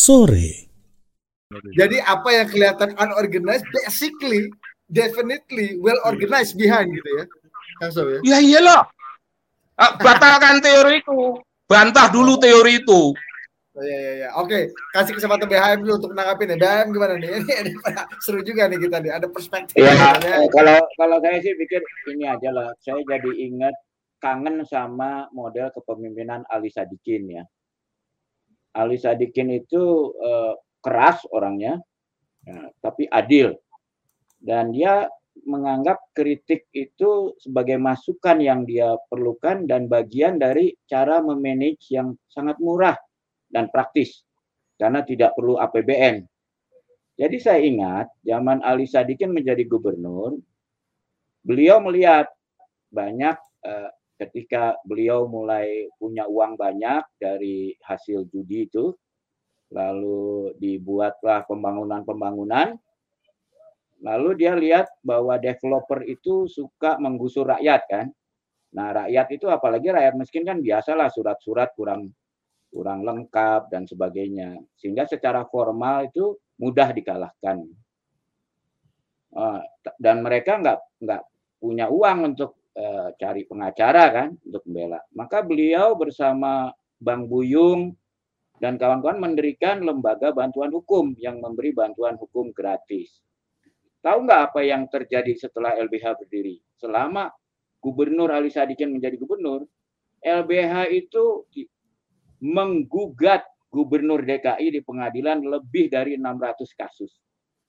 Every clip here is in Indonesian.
sore. Jadi apa yang kelihatan unorganized, basically, definitely well organized behind gitu ya, Kang Sob ya? Ya iyalah. Batalkan teoriku. Bantah dulu teori itu. Ya. Oke, kasih kesempatan BHM dulu untuk nanggapin ya. BHM gimana nih? Ini seru juga nih kita nih. Ada perspektif. Ya, kalau saya sih pikir ini aja lah. Saya jadi ingat kangen sama model kepemimpinan Ali Sadikin ya. Ali Sadikin itu keras orangnya, ya, tapi adil. Dan dia menganggap kritik itu sebagai masukan yang dia perlukan dan bagian dari cara memanage yang sangat murah dan praktis karena tidak perlu APBN. Jadi saya ingat zaman Ali Sadikin menjadi gubernur, beliau melihat banyak ketika beliau mulai punya uang banyak dari hasil judi itu, lalu dibuatlah pembangunan. Lalu dia lihat bahwa developer itu suka menggusur rakyat kan. Nah rakyat itu apalagi rakyat miskin kan biasalah surat-surat kurang lengkap dan sebagainya. Sehingga secara formal itu mudah dikalahkan. Dan mereka nggak punya uang untuk cari pengacara kan untuk membela. Maka beliau bersama Bang Buyung dan kawan-kawan mendirikan lembaga bantuan hukum yang memberi bantuan hukum gratis. Tahu nggak apa yang terjadi setelah LBH berdiri? Selama Gubernur Ali Sadikin menjadi gubernur, LBH itu menggugat Gubernur DKI di pengadilan lebih dari 600 kasus.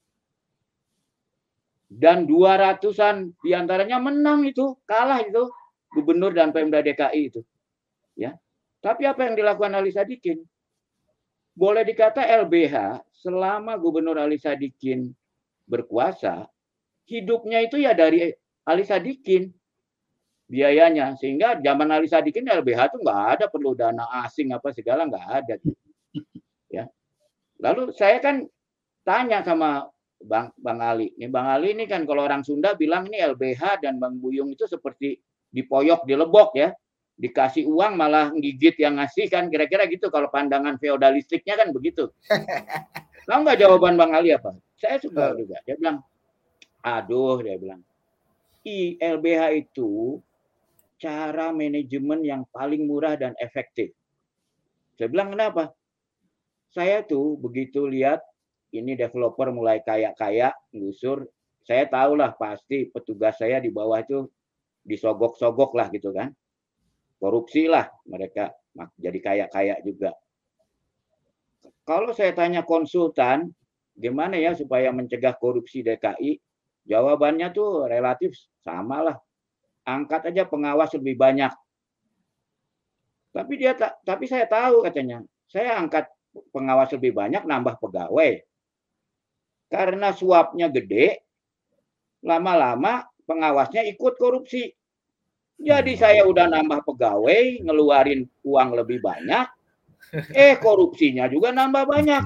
Dan 200-an diantaranya menang itu, kalah itu Gubernur dan Pemda DKI itu. Ya. Tapi apa yang dilakukan Ali Sadikin? Boleh dikata LBH selama Gubernur Ali Sadikin berkuasa, hidupnya itu ya dari Ali Sadikin biayanya, sehingga zaman Ali Sadikin LBH itu nggak ada perlu dana asing apa segala, nggak ada ya. Lalu saya kan tanya sama Bang Ali, ini Bang Ali ini kan kalau orang Sunda bilang ini LBH dan Bang Buyung itu seperti dipoyok di lebok ya, dikasih uang malah gigit yang ngasih kan, kira-kira gitu kalau pandangan feodalistiknya kan begitu. Tahu nggak jawaban Bang Ali apa? Saya suka juga. Dia bilang, dia bilang, LBH itu cara manajemen yang paling murah dan efektif. Saya bilang, kenapa? Saya tuh begitu lihat ini developer mulai kaya-kaya, ngusur, saya tahulah pasti petugas saya di bawah itu disogok-sogok lah gitu kan. Korupsi lah mereka jadi kaya-kaya juga. Kalau saya tanya konsultan, gimana ya supaya mencegah korupsi DKI? Jawabannya tuh relatif sama lah. Angkat aja pengawas lebih banyak. Tapi saya tahu katanya, saya angkat pengawas lebih banyak nambah pegawai. Karena suapnya gede, lama-lama pengawasnya ikut korupsi. Jadi saya udah nambah pegawai, ngeluarin uang lebih banyak, korupsinya juga nambah banyak.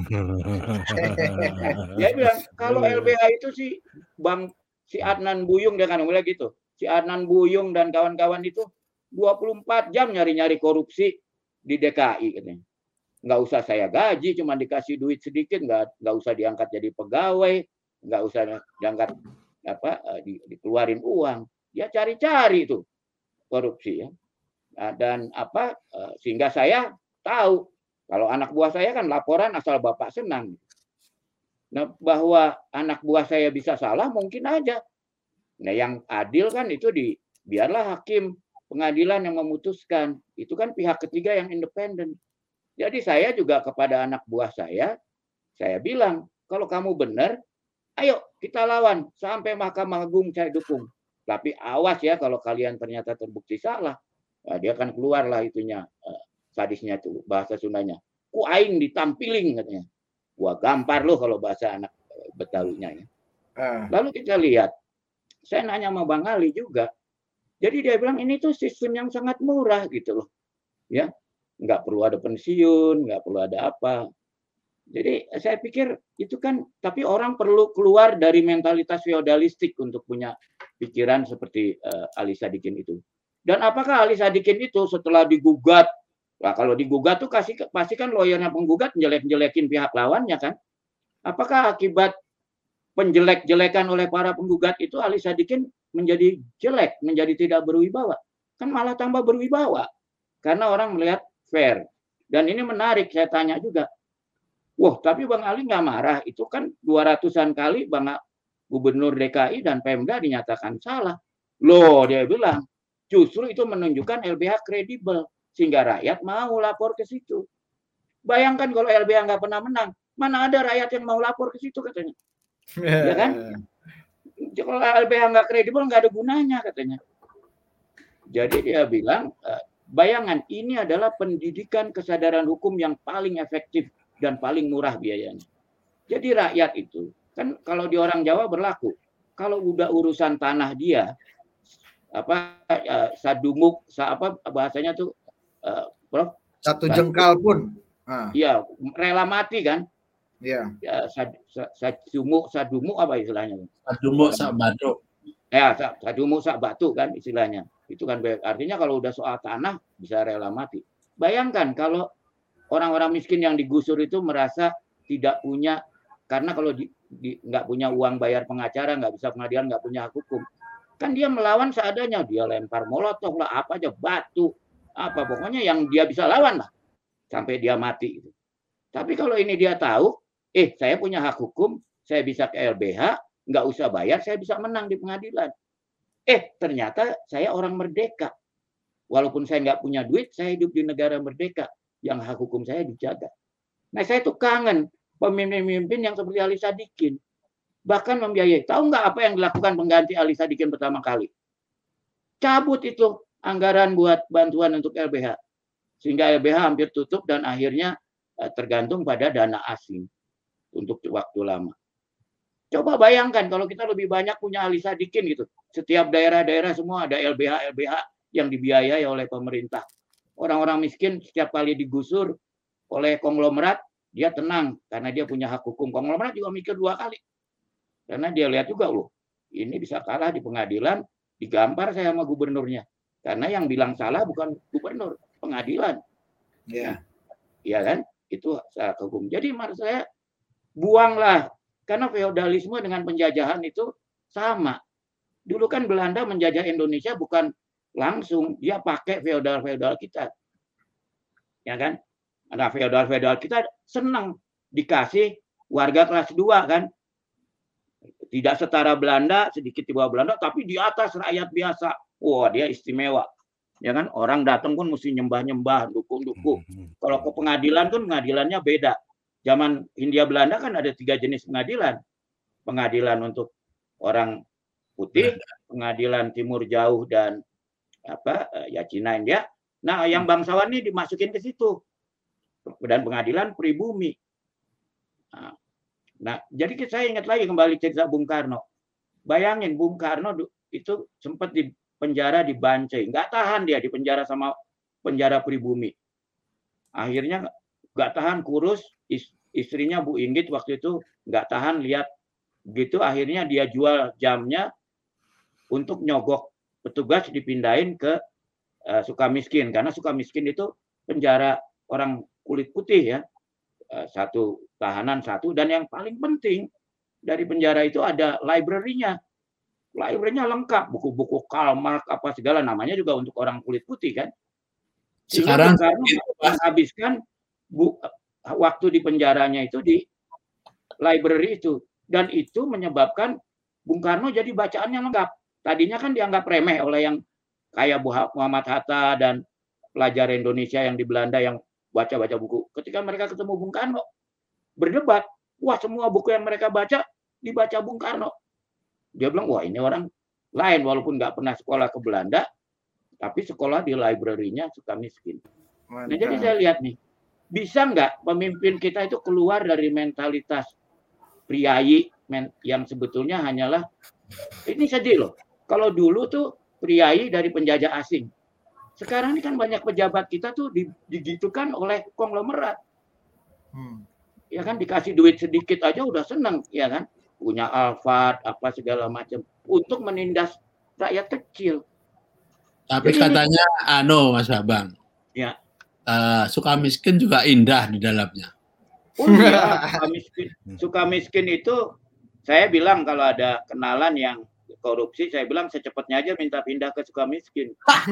Dia bilang kalau LBH itu si Adnan Buyung, dia kan mulai gitu. Si Adnan Buyung dan kawan-kawan itu 24 jam nyari-nyari korupsi di DKI katanya. Nggak usah saya gaji, cuma dikasih duit sedikit, nggak usah diangkat jadi pegawai, nggak usah diangkat dikeluarin uang. Dia cari-cari itu korupsi ya. Dan sehingga saya tahu kalau anak buah saya kan laporan asal bapak senang. Nah, bahwa anak buah saya bisa salah mungkin aja. Nah, yang adil kan itu biarlah hakim pengadilan yang memutuskan. Itu kan pihak ketiga yang independen. Jadi saya juga kepada anak buah saya bilang, kalau kamu benar, ayo kita lawan sampai Mahkamah Agung saya dukung. Tapi awas ya kalau kalian ternyata terbukti salah, nah, dia akan keluarlah itunya sadisnya itu bahasa Sundanya. Ku aing ditampiling katanya. Gua gampar loh kalau bahasa anak Betawinya ya. Lalu kita lihat, saya nanya sama Bang Ali juga. Jadi dia bilang ini tuh sistem yang sangat murah gitu loh. Ya, nggak perlu ada pensiun, nggak perlu ada apa. Jadi saya pikir itu kan, tapi orang perlu keluar dari mentalitas feodalistik untuk punya pikiran seperti Ali Sadikin itu. Dan apakah Ali Sadikin itu setelah digugat Nah, kalau digugat tuh pasti kan lawyernya penggugat jelek-jelekin pihak lawannya kan. Apakah akibat penjelek-jelekan oleh para penggugat itu Ali Sadikin menjadi jelek, menjadi tidak berwibawa? Kan malah tambah berwibawa. Karena orang melihat fair. Dan ini menarik, saya tanya juga. Wah, tapi Bang Ali nggak marah. Itu kan 200-an kali Bang Gubernur DKI dan Pemda dinyatakan salah. Loh, dia bilang, justru itu menunjukkan LBH kredibel. Sehingga rakyat mau lapor ke situ. Bayangkan kalau LBH nggak pernah menang. Mana ada rakyat yang mau lapor ke situ katanya. Ya kan? Kalau LBH nggak kredibel, nggak ada gunanya katanya. Jadi dia bilang, bayangan ini adalah pendidikan kesadaran hukum yang paling efektif dan paling murah biayanya. Jadi rakyat itu, kan kalau di orang Jawa berlaku, kalau udah urusan tanah dia, sadumuk, bahasanya tuh, Prof? Satu jengkal pun. Iya, rela mati kan? Iya. Ya, sadumuk apa istilahnya? Sadumuk sak batu. Ya, sadumuk sak batu kan istilahnya. Itu kan artinya kalau udah soal tanah bisa rela mati. Bayangkan kalau orang-orang miskin yang digusur itu merasa tidak punya, karena kalau nggak punya uang bayar pengacara, nggak bisa pengadilan, nggak punya hak hukum, kan dia melawan seadanya, dia lempar molotov lah, apa aja, batu, apa pokoknya yang dia bisa lawan lah sampai dia mati. Tapi kalau ini dia tahu, saya punya hak hukum, saya bisa ke LBH, nggak usah bayar, saya bisa menang di pengadilan. Ternyata saya orang merdeka. Walaupun saya nggak punya duit, saya hidup di negara merdeka yang hak hukum saya dijaga. Nah, saya tuh kangen pemimpin-pemimpin yang seperti Ali Sadikin. Bahkan membiayai. Tahu nggak apa yang dilakukan pengganti Ali Sadikin pertama kali? Cabut itu anggaran buat bantuan untuk LBH. Sehingga LBH hampir tutup dan akhirnya tergantung pada dana asing untuk waktu lama. Coba bayangkan kalau kita lebih banyak punya Ali Sadikin gitu. Setiap daerah-daerah semua ada LBH yang dibiayai oleh pemerintah. Orang-orang miskin setiap kali digusur oleh konglomerat, dia tenang karena dia punya hak hukum. Konglomerat juga mikir 2 kali. Karena dia lihat juga, loh, ini bisa kalah di pengadilan, digampar saya sama gubernurnya. Karena yang bilang salah bukan gubernur, pengadilan. Iya. Iya kan? Itu hak hukum. Jadi menurut saya, buanglah. Karena feodalisme dengan penjajahan itu sama. Dulu kan Belanda menjajah Indonesia bukan langsung, dia pakai feodal-feodal kita. Ya kan? Nah, feodal-feodal kita senang dikasih warga kelas 2 kan. Tidak setara Belanda, sedikit di bawah Belanda, tapi di atas rakyat biasa. Wah, dia istimewa. Ya kan? Orang datang pun mesti nyembah-nyembah, dukung-dukung. Kalau ke pengadilan kan pengadilannya beda. Zaman Hindia Belanda kan ada 3 jenis pengadilan. Pengadilan untuk orang putih, pengadilan timur jauh dan Cina, India. Nah, yang bangsawan ini dimasukin ke situ. Dan pengadilan pribumi. Nah, jadi saya ingat lagi kembali cerita Bung Karno. Bayangin Bung Karno itu sempat di penjara di Bancai. Nggak tahan dia di penjara sama penjara pribumi. Akhirnya nggak tahan, kurus. Istrinya Bu Inggit waktu itu nggak tahan lihat gitu, akhirnya dia jual jamnya untuk nyogok petugas, dipindahin ke Sukamiskin, karena Sukamiskin itu penjara orang kulit putih ya, satu tahanan satu, dan yang paling penting dari penjara itu ada library-nya lengkap, buku-buku Karl Marx apa segala, namanya juga untuk orang kulit putih kan. Sekarang menghabiskan waktu di penjaranya itu di library itu, dan itu menyebabkan Bung Karno jadi bacaannya lengkap. Tadinya kan dianggap remeh oleh yang kayak Muhammad Hatta dan pelajar Indonesia yang di Belanda yang baca-baca buku. Ketika mereka ketemu Bung Karno, berdebat, wah semua buku yang mereka baca dibaca Bung Karno. Dia bilang, wah ini orang lain walaupun nggak pernah sekolah ke Belanda, tapi sekolah di library-nya Sukamiskin. Nah, jadi saya lihat nih, bisa nggak pemimpin kita itu keluar dari mentalitas priayi yang sebetulnya hanyalah, ini sedih loh. Kalau dulu tuh priayi dari penjajah asing. Sekarang ini kan banyak pejabat kita tuh digitukan oleh konglomerat. Ya kan, dikasih duit sedikit aja udah senang, ya kan? Punya Alphard, apa segala macam untuk menindas rakyat kecil. Tapi jadi, katanya Mas Babang. Ya. Sukamiskin juga indah di dalamnya. Oh iya, suka miskin itu saya bilang kalau ada kenalan yang korupsi, saya bilang secepatnya aja minta pindah ke Sukamiskin.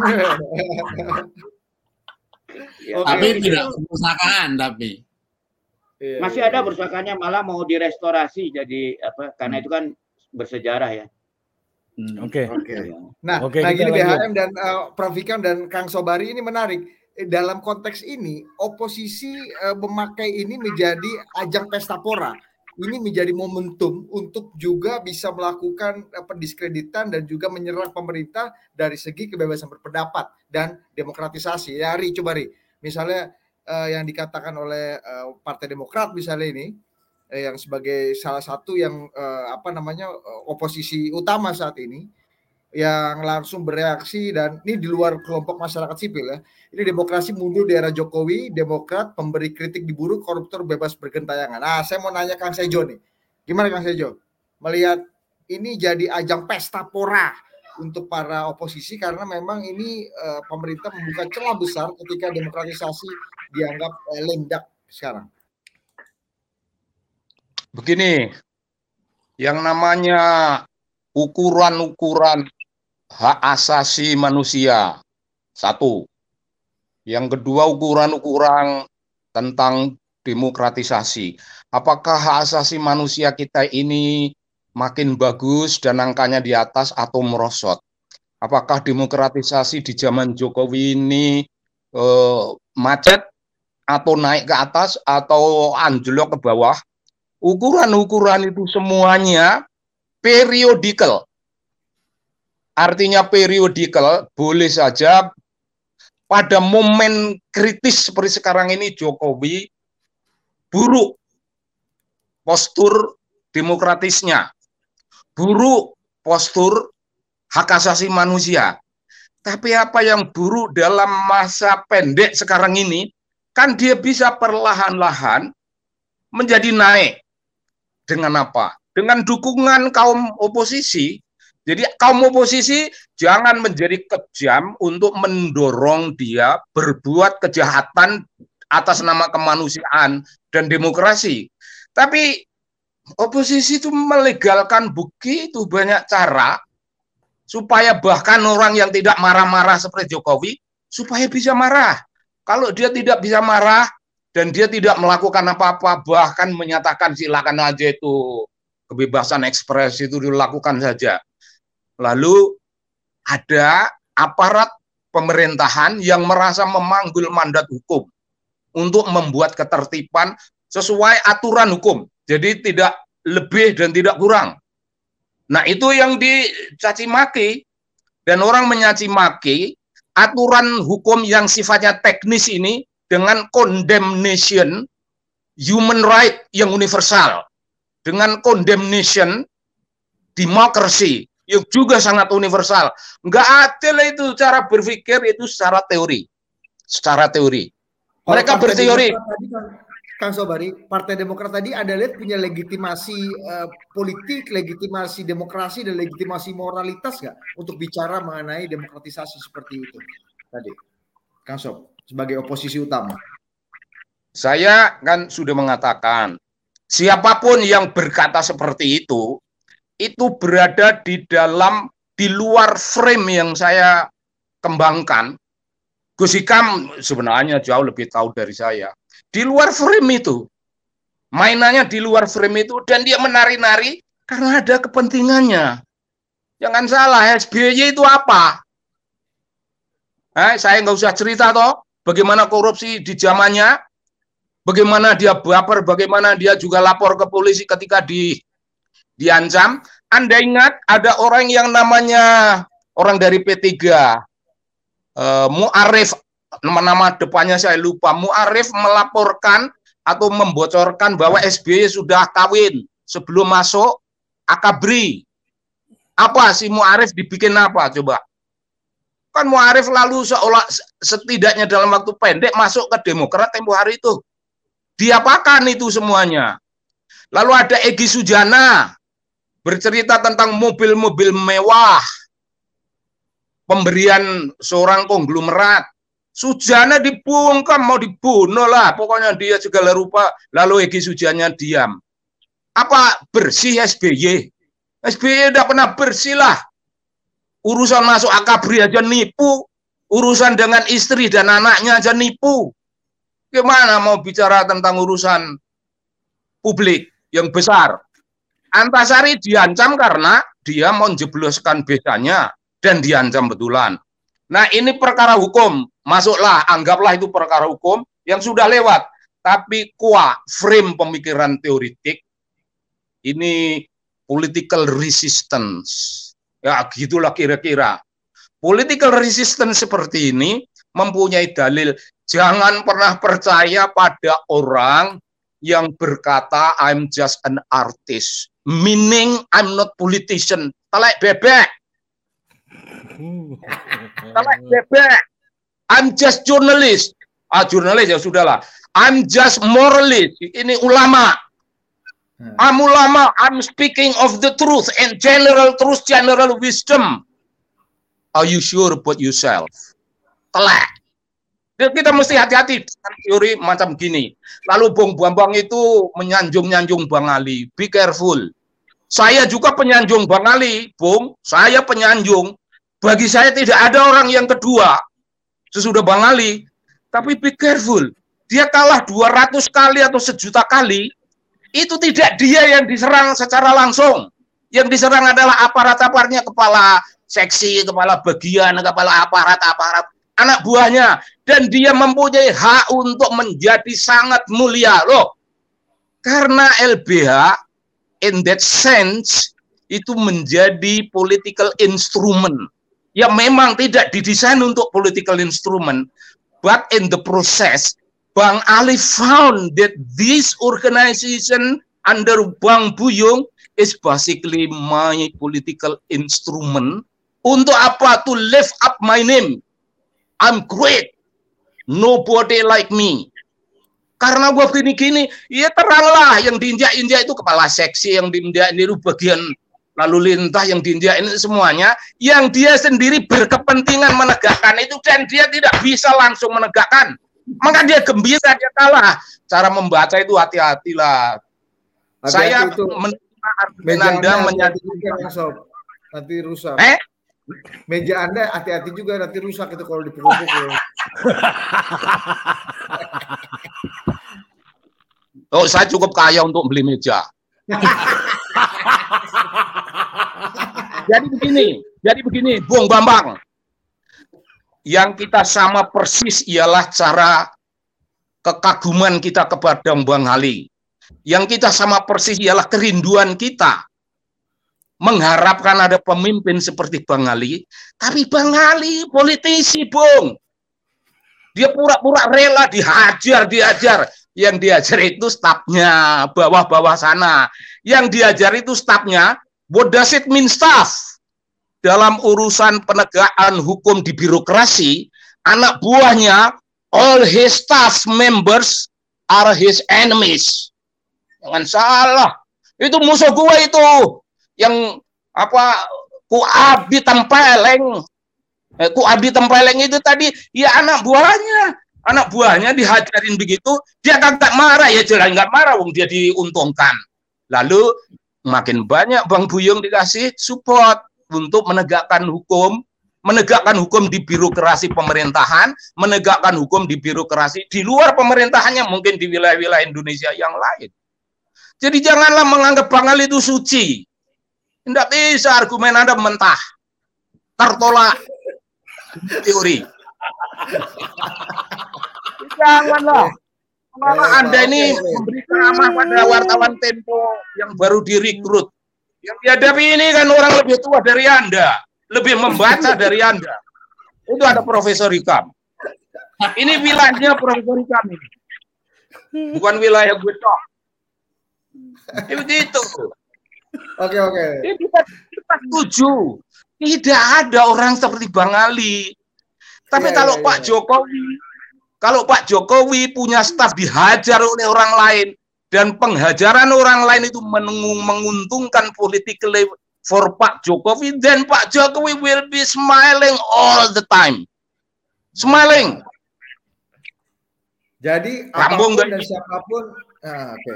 Ya, tapi tidak perpustakaan tapi. Masih ada perpustakaannya, malah mau direstorasi jadi apa? Karena itu kan bersejarah ya. Oke. Nah gini BHM dan Prof. Vikam dan Kang Sobari ini menarik. Dalam konteks ini, oposisi memakai ini menjadi ajang pesta pora. Ini menjadi momentum untuk juga bisa melakukan pendiskreditan dan juga menyerang pemerintah dari segi kebebasan berpendapat dan demokratisasi. Ya, Ri, coba Ri. Misalnya yang dikatakan oleh Partai Demokrat misalnya ini, yang sebagai salah satu yang oposisi utama saat ini, yang langsung bereaksi, dan ini di luar kelompok masyarakat sipil ya. Ini demokrasi mundur di era Jokowi, Demokrat pemberi kritik diburu, koruptor bebas bergentayangan. Nah, saya mau nanya Kang Sejo nih. Gimana Kang Sejo? Melihat ini jadi ajang pesta pora untuk para oposisi karena memang ini pemerintah membuka celah besar ketika demokratisasi dianggap lendak sekarang. Begini, yang namanya ukuran-ukuran hak asasi manusia, satu. Yang kedua, ukuran-ukuran tentang demokratisasi. Apakah hak asasi manusia kita ini makin bagus dan angkanya di atas atau merosot? Apakah demokratisasi di zaman Jokowi ini macet atau naik ke atas atau anjlok ke bawah? Ukuran-ukuran itu semuanya periodikal. Artinya periodikal, boleh saja pada momen kritis seperti sekarang ini Jokowi buruk postur demokratisnya, buruk postur hak asasi manusia. Tapi apa yang buruk dalam masa pendek sekarang ini, kan dia bisa perlahan-lahan menjadi naik. Dengan apa? Dengan dukungan kaum oposisi. Jadi kaum oposisi jangan menjadi kejam untuk mendorong dia berbuat kejahatan atas nama kemanusiaan dan demokrasi. Tapi oposisi itu melegalkan begitu banyak cara supaya bahkan orang yang tidak marah-marah seperti Jokowi supaya bisa marah. Kalau dia tidak bisa marah dan dia tidak melakukan apa-apa, bahkan menyatakan silakan aja itu kebebasan ekspresi itu dilakukan saja. Lalu ada aparat pemerintahan yang merasa memanggul mandat hukum untuk membuat ketertiban sesuai aturan hukum. Jadi tidak lebih dan tidak kurang. Nah, itu yang dicaci maki, dan orang menyaci maki aturan hukum yang sifatnya teknis ini dengan condemnation human right yang universal, dengan condemnation demokrasi yang juga sangat universal. Nggak adil itu cara berpikir itu secara teori. Secara teori. Mereka berteori. Kang Sobari, Partai Demokrat tadi Anda lihat punya legitimasi politik, legitimasi demokrasi, dan legitimasi moralitas nggak untuk bicara mengenai demokratisasi seperti itu tadi, Kang Sob, sebagai oposisi utama? Saya kan sudah mengatakan, siapapun yang berkata seperti itu berada di luar frame yang saya kembangkan. Gus Hikam sebenarnya jauh lebih tahu dari saya. Di luar frame itu, mainannya di luar frame itu, dan dia menari-nari karena ada kepentingannya. Jangan salah, SBY itu apa? Saya nggak usah cerita toh, bagaimana korupsi di zamannya, bagaimana dia baper, bagaimana dia juga lapor ke polisi ketika diancam. Anda ingat ada orang yang namanya orang dari P3, Mu'arif, nama depannya saya lupa. Mu'arif melaporkan atau membocorkan bahwa SBY sudah kawin sebelum masuk Akabri. Apa si Mu'arif dibikin apa coba? Kan Mu'arif lalu seolah setidaknya dalam waktu pendek masuk ke Demokrat tempo hari itu. Diapakan itu semuanya? Lalu ada Egy Sujana bercerita tentang mobil-mobil mewah, pemberian seorang konglomerat Sujana dibungkam, mau dibunuh lah. Pokoknya dia segala rupa. Lalu Egy Sujana diam. Apa bersih SBY? SBY tidak pernah bersih lah. Urusan masuk Akabri aja nipu. Urusan dengan istri dan anaknya aja nipu. Gimana mau bicara tentang urusan publik yang besar? Antasari diancam karena dia mau menjebloskan besanya dan diancam betulan. Nah, ini perkara hukum. Masuklah, anggaplah itu perkara hukum yang sudah lewat. Tapi frame pemikiran teoritik, ini political resistance. Ya, gitulah kira-kira. Political resistance seperti ini mempunyai dalil. Jangan pernah percaya pada orang yang berkata, I'm just an artist. Meaning, I'm not politician. Telek bebek. Telek bebek. I'm just journalist. Jurnalis ya sudahlah. I'm just moralist. Ini ulama. I'm ulama. I'm speaking of the truth and general truth, general wisdom. Are you sure about yourself? Telek. Kita mesti hati-hati dengan teori macam gini. Lalu Bung Bambang itu menyanjung-nyanjung Bang Ali. Be careful. Saya juga penyanjung Bang Ali, Bung. Saya penyanjung. Bagi saya tidak ada orang yang kedua sesudah Bang Ali, tapi be careful. Dia kalah 200 kali atau 1.000.000 kali, itu tidak dia yang diserang secara langsung. Yang diserang adalah aparat-aparatnya, kepala seksi, kepala bagian, kepala aparat-aparat, anak buahnya. Dan dia mempunyai hak untuk menjadi sangat mulia. Loh, karena LBH, in that sense, itu menjadi political instrument. Ya memang tidak didesain untuk political instrument, but in the process, Bang Ali found that this organization under Bang Buyung is basically my political instrument. Untuk apa? To lift up my name. I'm great. Nobody like me. Karena gua gini-gini, ya teranglah yang diinjak-injak itu kepala seksi, yang diinjak ini bagian lalu lintas yang diinjak ini semuanya, yang dia sendiri berkepentingan menegakkan itu dan dia tidak bisa langsung menegakkan. Maka dia gembira, dia kalah. Cara membaca itu hati-hatilah. Saya menerima argumen Anda menyatakan nanti rusak. Meja Anda hati-hati juga nanti rusak itu kalau dipukul-pukul. Oh, saya cukup kaya untuk beli meja. Jadi begini, Bung Bambang. Yang kita sama persis ialah cara kekaguman kita kepada Bang Ali. Yang kita sama persis ialah kerinduan kita mengharapkan ada pemimpin seperti Bang Ali. Tapi Bang Ali politisi, Bung. Dia pura-pura rela dihajar. Yang diajar itu stafnya, bawah-bawah sana. Yang diajar itu stafnya. What does it mean staff? Dalam urusan penegakan hukum di birokrasi, anak buahnya, all his staff members are his enemies. Jangan salah. Itu musuh gua itu. Yang ku abdi tempeleng. Ku abdi tempeleng itu tadi, ya anak buahnya. Anak buahnya dihajarin begitu, dia kagak marah, ya jelas nggak marah, wong dia diuntungkan. Lalu makin banyak Bang Buyung dikasih support untuk menegakkan hukum di birokrasi pemerintahan, menegakkan hukum di birokrasi di luar pemerintahannya, mungkin di wilayah-wilayah Indonesia yang lain. Jadi janganlah menganggap Bang Ali itu suci. Tidak bisa argumen Anda mentah, tertolak teori. Janganlah. Kalau Anda ini memberi ceramah pada wartawan Tempo yang baru direkrut, yang dihadapi ini kan orang lebih tua dari Anda, lebih membaca dari Anda. Itu ada Profesor Hikam. Ini wilayahnya Profesor Hikam ini, bukan wilayah gue toh. Itu. Oke. Kita setuju. Tidak ada orang seperti Bang Ali. Tapi kalau Pak Jokowi punya staf dihajar oleh orang lain, dan penghajaran orang lain itu menguntungkan politically for Pak Jokowi, then Pak Jokowi will be smiling all the time. Smiling. Jadi apapun dan siapapun, oke.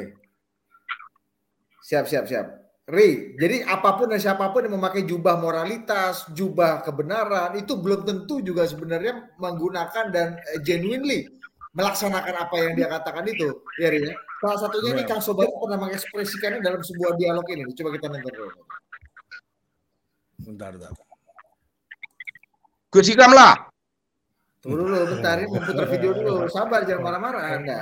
Siap. Ri, jadi apapun dan siapapun yang memakai jubah moralitas, jubah kebenaran, itu belum tentu juga sebenarnya menggunakan dan genuinely melaksanakan apa yang dia katakan itu, ya Ri. Salah satunya ini Kang Sobari pernah mengekspresikannya dalam sebuah dialog ini. Coba kita nonton dulu. Bentar. Gus Hikam lah. Tunggu dulu, bentar, ini memutar video dulu. Sabar, jangan marah-marah Anda.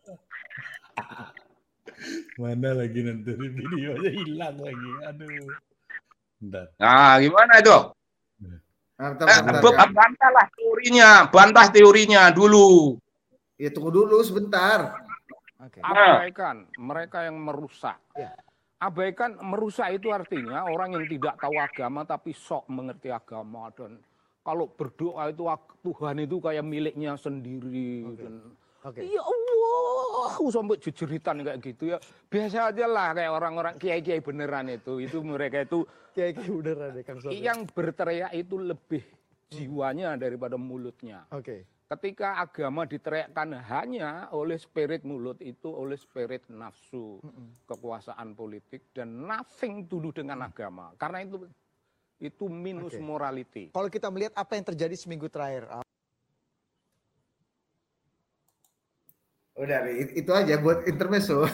Mana lagi nanti videonya hilang lagi. Aduh. Bentar. Nah, gimana itu? Bantah teorinya dulu. Ya tunggu dulu sebentar. Abaikan mereka yang merusak. Abaikan merusak itu artinya orang yang tidak tahu agama tapi sok mengerti agama, dan kalau berdoa itu Tuhan itu kayak miliknya sendiri. Ya Allah, sampai jejeritan kayak gitu ya. Biasa aja lah kayak orang-orang kiai-kiai beneran itu mereka itu kiai-kiai beneran ya Kang Sob. Yang berteriak itu lebih jiwanya daripada mulutnya. Ketika agama diteriakkan hanya oleh spirit mulut, itu oleh spirit nafsu, kekuasaan politik, dan nothing to do dengan agama. Karena itu minus morality. Kalau kita melihat apa yang terjadi seminggu terakhir. Udah, itu aja buat intermezzo.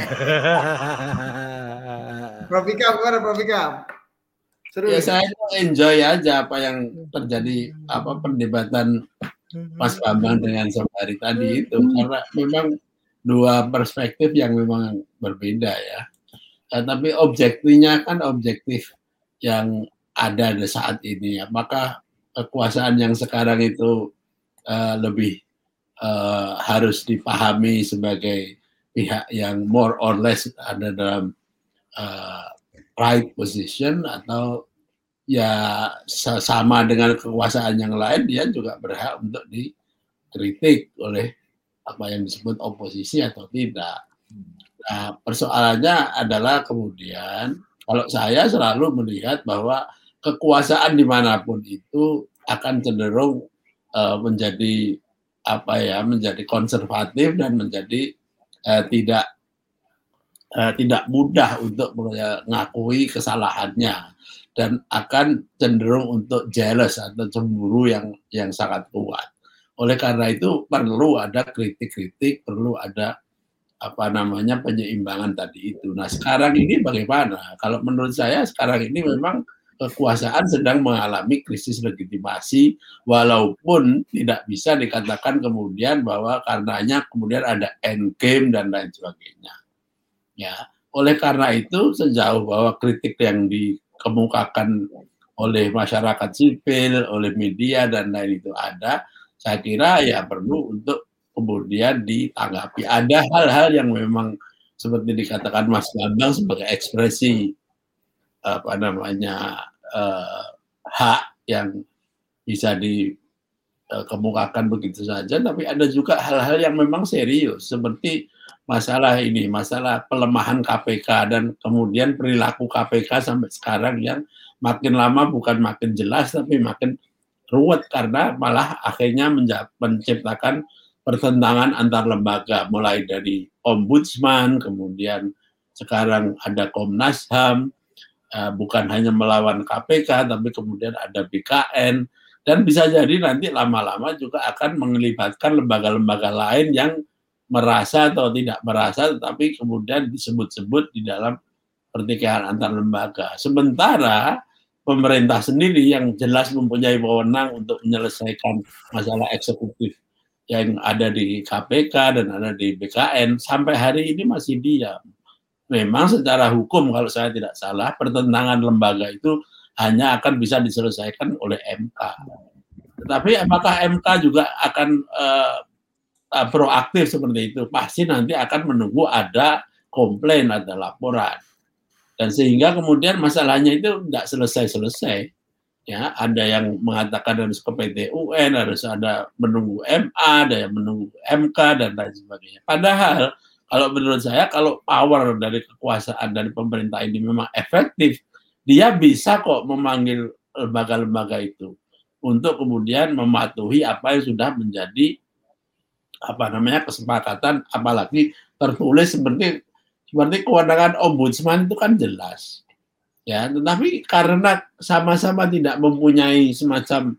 Prof Ikam, gimana Prof Ikam? Seru ya, saya enjoy aja apa yang terjadi, perdebatan Mas Bambang dengan Sobari tadi itu, karena memang dua perspektif yang memang berbeda ya. Tapi objektifnya kan objektif yang ada di saat ini. Apakah kekuasaan yang sekarang itu lebih harus dipahami sebagai pihak yang more or less ada dalam right position, atau ya sama dengan kekuasaan yang lain dia juga berhak untuk dikritik oleh apa yang disebut oposisi atau tidak. Nah, persoalannya adalah kemudian kalau saya selalu melihat bahwa kekuasaan dimanapun itu akan cenderung menjadi menjadi konservatif dan menjadi tidak mudah untuk mengakui kesalahannya, dan akan cenderung untuk jealous atau cemburu yang sangat kuat. Oleh karena itu perlu ada kritik-kritik, perlu ada penyeimbangan tadi itu. Nah, sekarang ini bagaimana? Kalau menurut saya sekarang ini memang kekuasaan sedang mengalami krisis legitimasi, walaupun tidak bisa dikatakan kemudian bahwa karenanya kemudian ada end game dan lain sebagainya. Ya, oleh karena itu sejauh bahwa kritik yang dikemukakan oleh masyarakat sipil, oleh media dan lain itu ada, saya kira ya perlu untuk kemudian ditanggapi. Ada hal-hal yang memang seperti dikatakan Mas Bambang sebagai ekspresi hak yang bisa dikemukakan begitu saja, tapi ada juga hal-hal yang memang serius seperti masalah pelemahan KPK dan kemudian perilaku KPK sampai sekarang yang makin lama bukan makin jelas tapi makin ruwet, karena malah akhirnya menciptakan pertentangan antar lembaga, mulai dari Ombudsman, kemudian sekarang ada Komnas HAM, bukan hanya melawan KPK tapi kemudian ada BKN, dan bisa jadi nanti lama-lama juga akan melibatkan lembaga-lembaga lain yang merasa atau tidak merasa tetapi kemudian disebut-sebut di dalam pertikaian antar lembaga. Sementara pemerintah sendiri yang jelas mempunyai wewenang untuk menyelesaikan masalah eksekutif yang ada di KPK dan ada di BKN sampai hari ini masih diam. Memang secara hukum kalau saya tidak salah pertentangan lembaga itu hanya akan bisa diselesaikan oleh MK. Tetapi apakah MK juga akan proaktif seperti itu? Pasti nanti akan menunggu ada komplain, ada laporan, dan sehingga kemudian masalahnya itu tidak selesai-selesai. Ya, ada yang mengatakan harus ke PT UN, harus ada menunggu MA, ada yang menunggu MK dan lain sebagainya. Padahal kalau menurut saya kalau power dari kekuasaan dari pemerintah ini memang efektif, dia bisa kok memanggil lembaga-lembaga itu untuk kemudian mematuhi apa yang sudah menjadi kesepakatan, apalagi tertulis seperti kewenangan ombudsman itu kan jelas. Ya, tetapi karena sama-sama tidak mempunyai semacam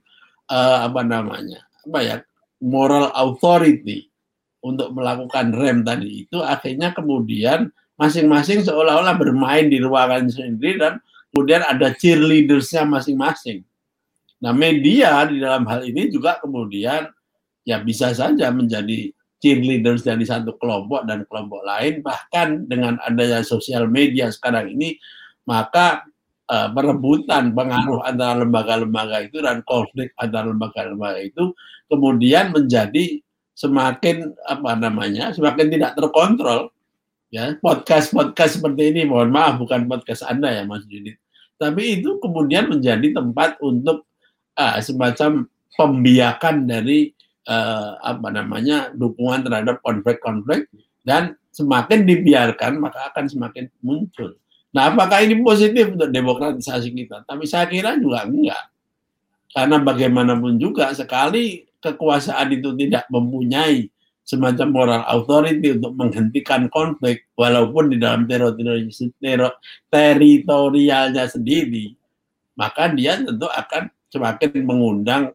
moral authority untuk melakukan rem tadi itu, akhirnya kemudian masing-masing seolah-olah bermain di ruangan sendiri dan kemudian ada cheerleaders-nya masing-masing. Nah, media di dalam hal ini juga kemudian ya bisa saja menjadi cheerleaders dari satu kelompok dan kelompok lain, bahkan dengan adanya sosial media sekarang ini, maka perebutan pengaruh antara lembaga-lembaga itu dan konflik antara lembaga-lembaga itu kemudian menjadi semakin semakin tidak terkontrol. Ya, podcast seperti ini, mohon maaf bukan podcast Anda ya Mas Judit, tapi itu kemudian menjadi tempat untuk semacam pembiakan dari dukungan terhadap konflik-konflik, dan semakin dibiarkan maka akan semakin muncul. Nah, apakah ini positif untuk demokratisasi kita? Tapi saya kira juga enggak, karena bagaimanapun juga sekali kekuasaan itu tidak mempunyai semacam moral authority untuk menghentikan konflik, walaupun di dalam teritorialnya sendiri, maka dia tentu akan semakin mengundang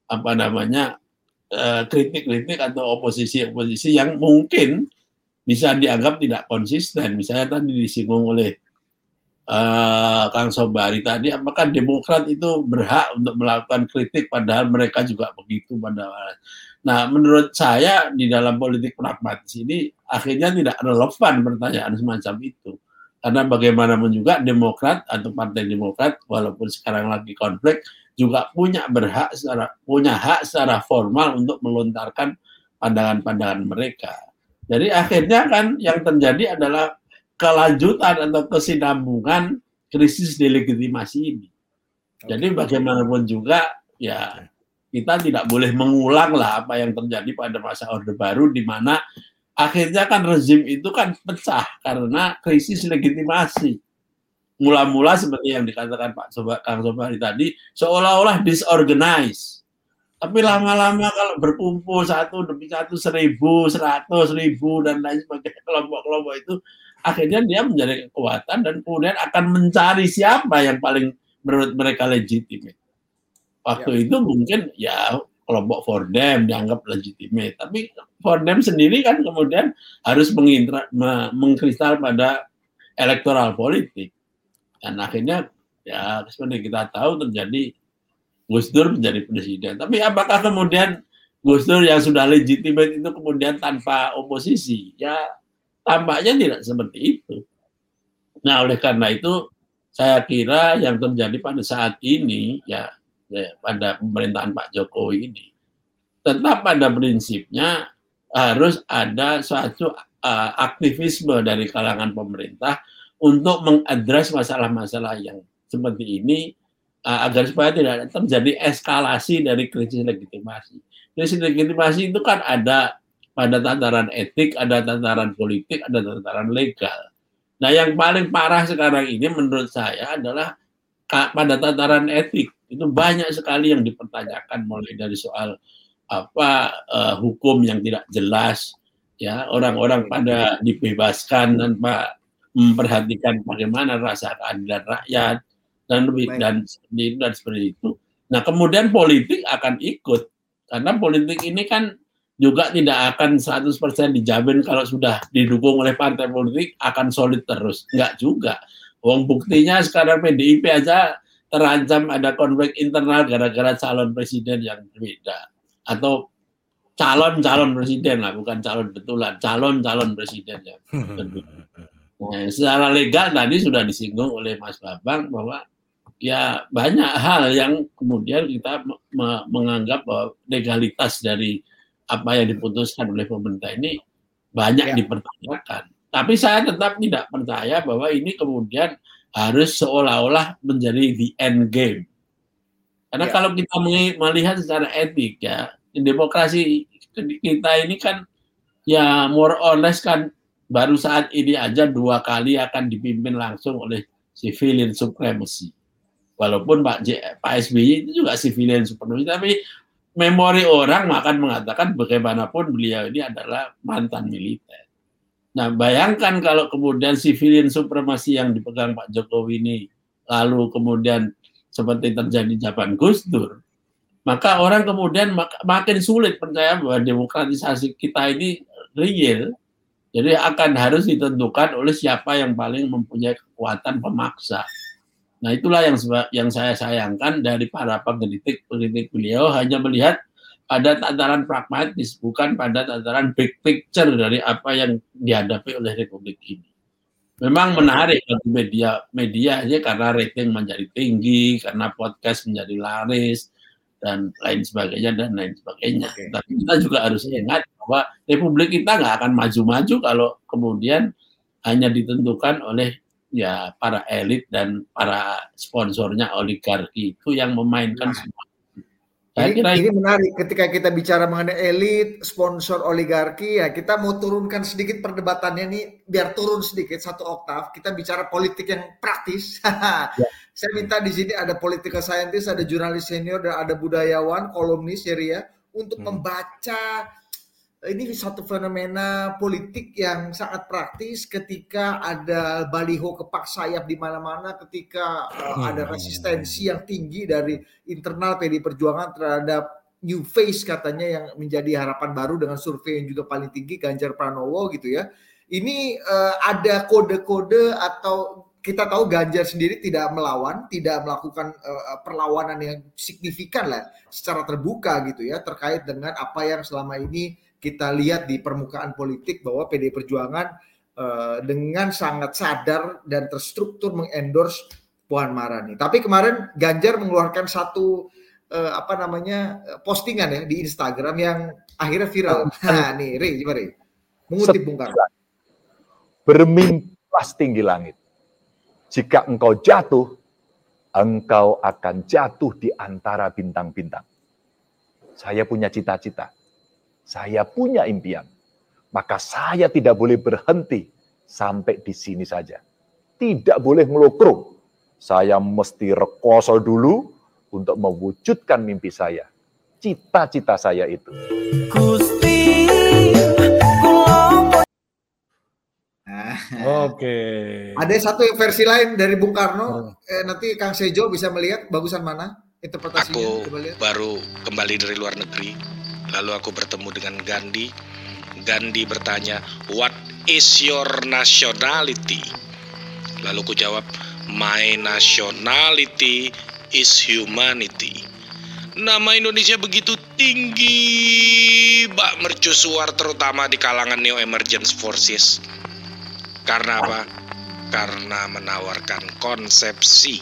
kritik-kritik atau oposisi-oposisi yang mungkin bisa dianggap tidak konsisten. Misalnya tadi disinggung oleh Kang Sobari tadi, apakah Demokrat itu berhak untuk melakukan kritik padahal mereka juga begitu padahal. Nah, menurut saya di dalam politik pragmatis ini akhirnya tidak relevan pertanyaan semacam itu. Karena bagaimanapun juga Demokrat atau Partai Demokrat walaupun sekarang lagi konflik juga punya hak secara formal untuk melontarkan pandangan-pandangan mereka. Jadi akhirnya kan yang terjadi adalah kelanjutan atau kesinambungan krisis delegitimasi ini. Jadi bagaimanapun juga ya kita tidak boleh mengulang lah apa yang terjadi pada masa Orde Baru, di mana akhirnya kan rezim itu kan pecah karena krisis legitimasi. Mula-mula seperti yang dikatakan Kang Sobari tadi, seolah-olah disorganized. Tapi lama-lama kalau berkumpul satu demi satu, 1.000, 100.000 dan lain sebagainya, kelompok-kelompok itu, akhirnya dia menjadi kekuatan dan kemudian akan mencari siapa yang paling menurut mereka legitimate. Waktu itu mungkin ya kelompok Fordem dianggap legitimate, tapi Fordem sendiri kan kemudian harus mengkristal pada elektoral politik. Dan akhirnya ya seperti kita tahu terjadi Gus Dur menjadi presiden. Tapi apakah kemudian Gus Dur yang sudah legitimate itu kemudian tanpa oposisi? Ya tampaknya tidak seperti itu. Nah, oleh karena itu saya kira yang terjadi pada saat ini ya pada pemerintahan Pak Jokowi ini tetap pada prinsipnya harus ada suatu aktivisme dari kalangan pemerintah untuk mengadres masalah-masalah yang seperti ini agar supaya tidak terjadi eskalasi dari krisis legitimasi. Krisis legitimasi itu kan ada pada tataran etik, ada tataran politik, ada tataran legal. Nah, yang paling parah sekarang ini menurut saya adalah pada tataran etik. Itu banyak sekali yang dipertanyakan, mulai dari soal hukum yang tidak jelas, ya orang-orang pada dibebaskan tanpa memperhatikan bagaimana rasa keadilan rakyat dan seperti itu. Nah, kemudian politik akan ikut karena politik ini kan juga tidak akan 100% dijamin kalau sudah didukung oleh partai politik akan solid terus. Enggak juga. Wong buktinya sekarang PDIP aja terancam ada konflik internal gara-gara calon presiden yang berbeda. Atau calon presiden lah, bukan calon betulan, calon presiden yang berbeda. Nah, secara legal tadi sudah disinggung oleh Mas Babang bahwa ya banyak hal yang kemudian kita menganggap bahwa legalitas dari apa yang diputuskan oleh pemerintah ini banyak dipertanyakan. Tapi saya tetap tidak percaya bahwa ini kemudian harus seolah-olah menjadi the end game. Karena kalau kita melihat secara etik ya, demokrasi kita ini kan ya more or less kan baru saat ini aja 2 kali akan dipimpin langsung oleh civilian supremacy. Walaupun Pak SBY itu juga civilian supremacy, tapi memori orang akan mengatakan bagaimanapun beliau ini adalah mantan militer. Nah, bayangkan kalau kemudian civilian supremasi yang dipegang Pak Jokowi ini lalu kemudian seperti terjadi zaman Gus Dur, maka orang kemudian makin sulit percaya bahwa demokratisasi kita ini real. Jadi akan harus ditentukan oleh siapa yang paling mempunyai kekuatan pemaksa. Nah, itulah yang saya sayangkan dari para pengkritik beliau hanya melihat pada tataran pragmatis, bukan pada tataran big picture dari apa yang dihadapi oleh Republik ini. Memang menarik bagi media aja karena rating menjadi tinggi, karena podcast menjadi laris, dan lain sebagainya. Okay. Tapi kita juga harus ingat bahwa Republik kita nggak akan maju-maju kalau kemudian hanya ditentukan oleh ya para elit dan para sponsornya oligarki itu yang memainkan semua. Ini menarik ketika kita bicara mengenai elit, sponsor oligarki, ya kita mau turunkan sedikit perdebatannya nih biar turun sedikit satu oktav. Kita bicara politik yang praktis. Ya. Saya minta di sini ada political scientist, ada jurnalis senior, dan ada budayawan, kolumnis ya, untuk membaca ini satu fenomena politik yang sangat praktis ketika ada baliho kepak sayap di mana-mana, ketika ada resistensi yang tinggi dari internal PD Perjuangan terhadap new face katanya yang menjadi harapan baru dengan survei yang juga paling tinggi, Ganjar Pranowo gitu ya. Ini ada kode-kode atau kita tahu Ganjar sendiri tidak melawan, tidak melakukan perlawanan yang signifikan lah secara terbuka gitu ya terkait dengan apa yang selama ini kita lihat di permukaan politik bahwa PD Perjuangan dengan sangat sadar dan terstruktur mengendorse Puan Maharani. Tapi kemarin Ganjar mengeluarkan satu postingan ya di Instagram yang akhirnya viral. Nah, nih, coba mengutip Bung Karno. Bermimpilah setinggi langit. Jika engkau jatuh, engkau akan jatuh di antara bintang-bintang. Saya punya cita-cita. Saya punya impian, maka saya tidak boleh berhenti sampai di sini saja. Tidak boleh ngelukruk. Saya mesti rekoso dulu untuk mewujudkan mimpi saya. Cita-cita saya itu. Oke. Ada satu versi lain dari Bung Karno. Nanti Kang Sejo bisa melihat bagusan mana interpretasinya. Aku baru kembali dari luar negeri. Lalu aku bertemu dengan Gandhi. Gandhi bertanya, "What is your nationality?" Lalu ku jawab, "My nationality is humanity." Nama Indonesia begitu tinggi, bak mercusuar terutama di kalangan Neo Emergence Forces. Karena apa? Karena menawarkan konsepsi.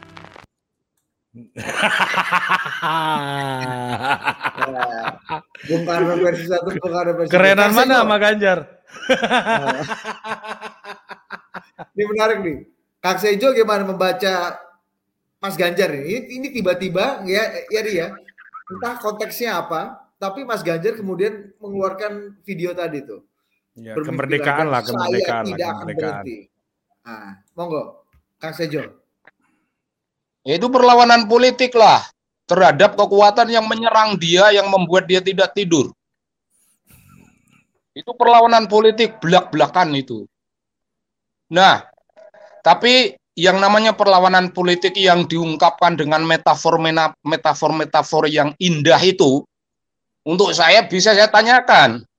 Bung Karno versi 1, Bung Karno versi 2. Kerenan mana sama Ganjar? Ini menarik nih. Kang Sejo gimana membaca Mas Ganjar ini? Ini tiba-tiba ya dia. Entah konteksnya apa, tapi Mas Ganjar kemudian mengeluarkan video tadi tuh. Ya, kemerdekaan lah, kemerdekaan. Saya tidak akan berhenti. Nah, monggo, Kang Sejo. Itu perlawanan politik lah terhadap kekuatan yang menyerang dia, yang membuat dia tidak tidur. Itu perlawanan politik belak-belakan itu. Nah, tapi yang namanya perlawanan politik yang diungkapkan dengan metafor yang indah itu, untuk saya bisa saya tanyakan,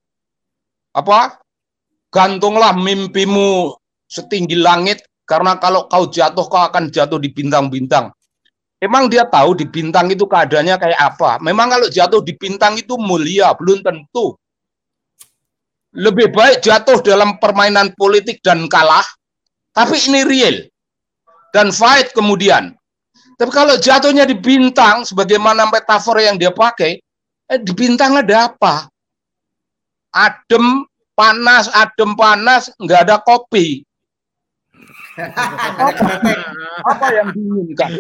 gantunglah mimpimu setinggi langit, karena kalau kau jatuh, kau akan jatuh di bintang-bintang. Emang dia tahu di bintang itu keadaannya kayak apa? Memang kalau jatuh di bintang itu mulia? Belum tentu. Lebih baik jatuh dalam permainan politik dan kalah, tapi ini real. Dan fight kemudian. Tapi kalau jatuhnya di bintang, sebagaimana metafor yang dia pakai, di bintang ada apa? Adem, panas, nggak ada kopi. Apa yang diinginkan?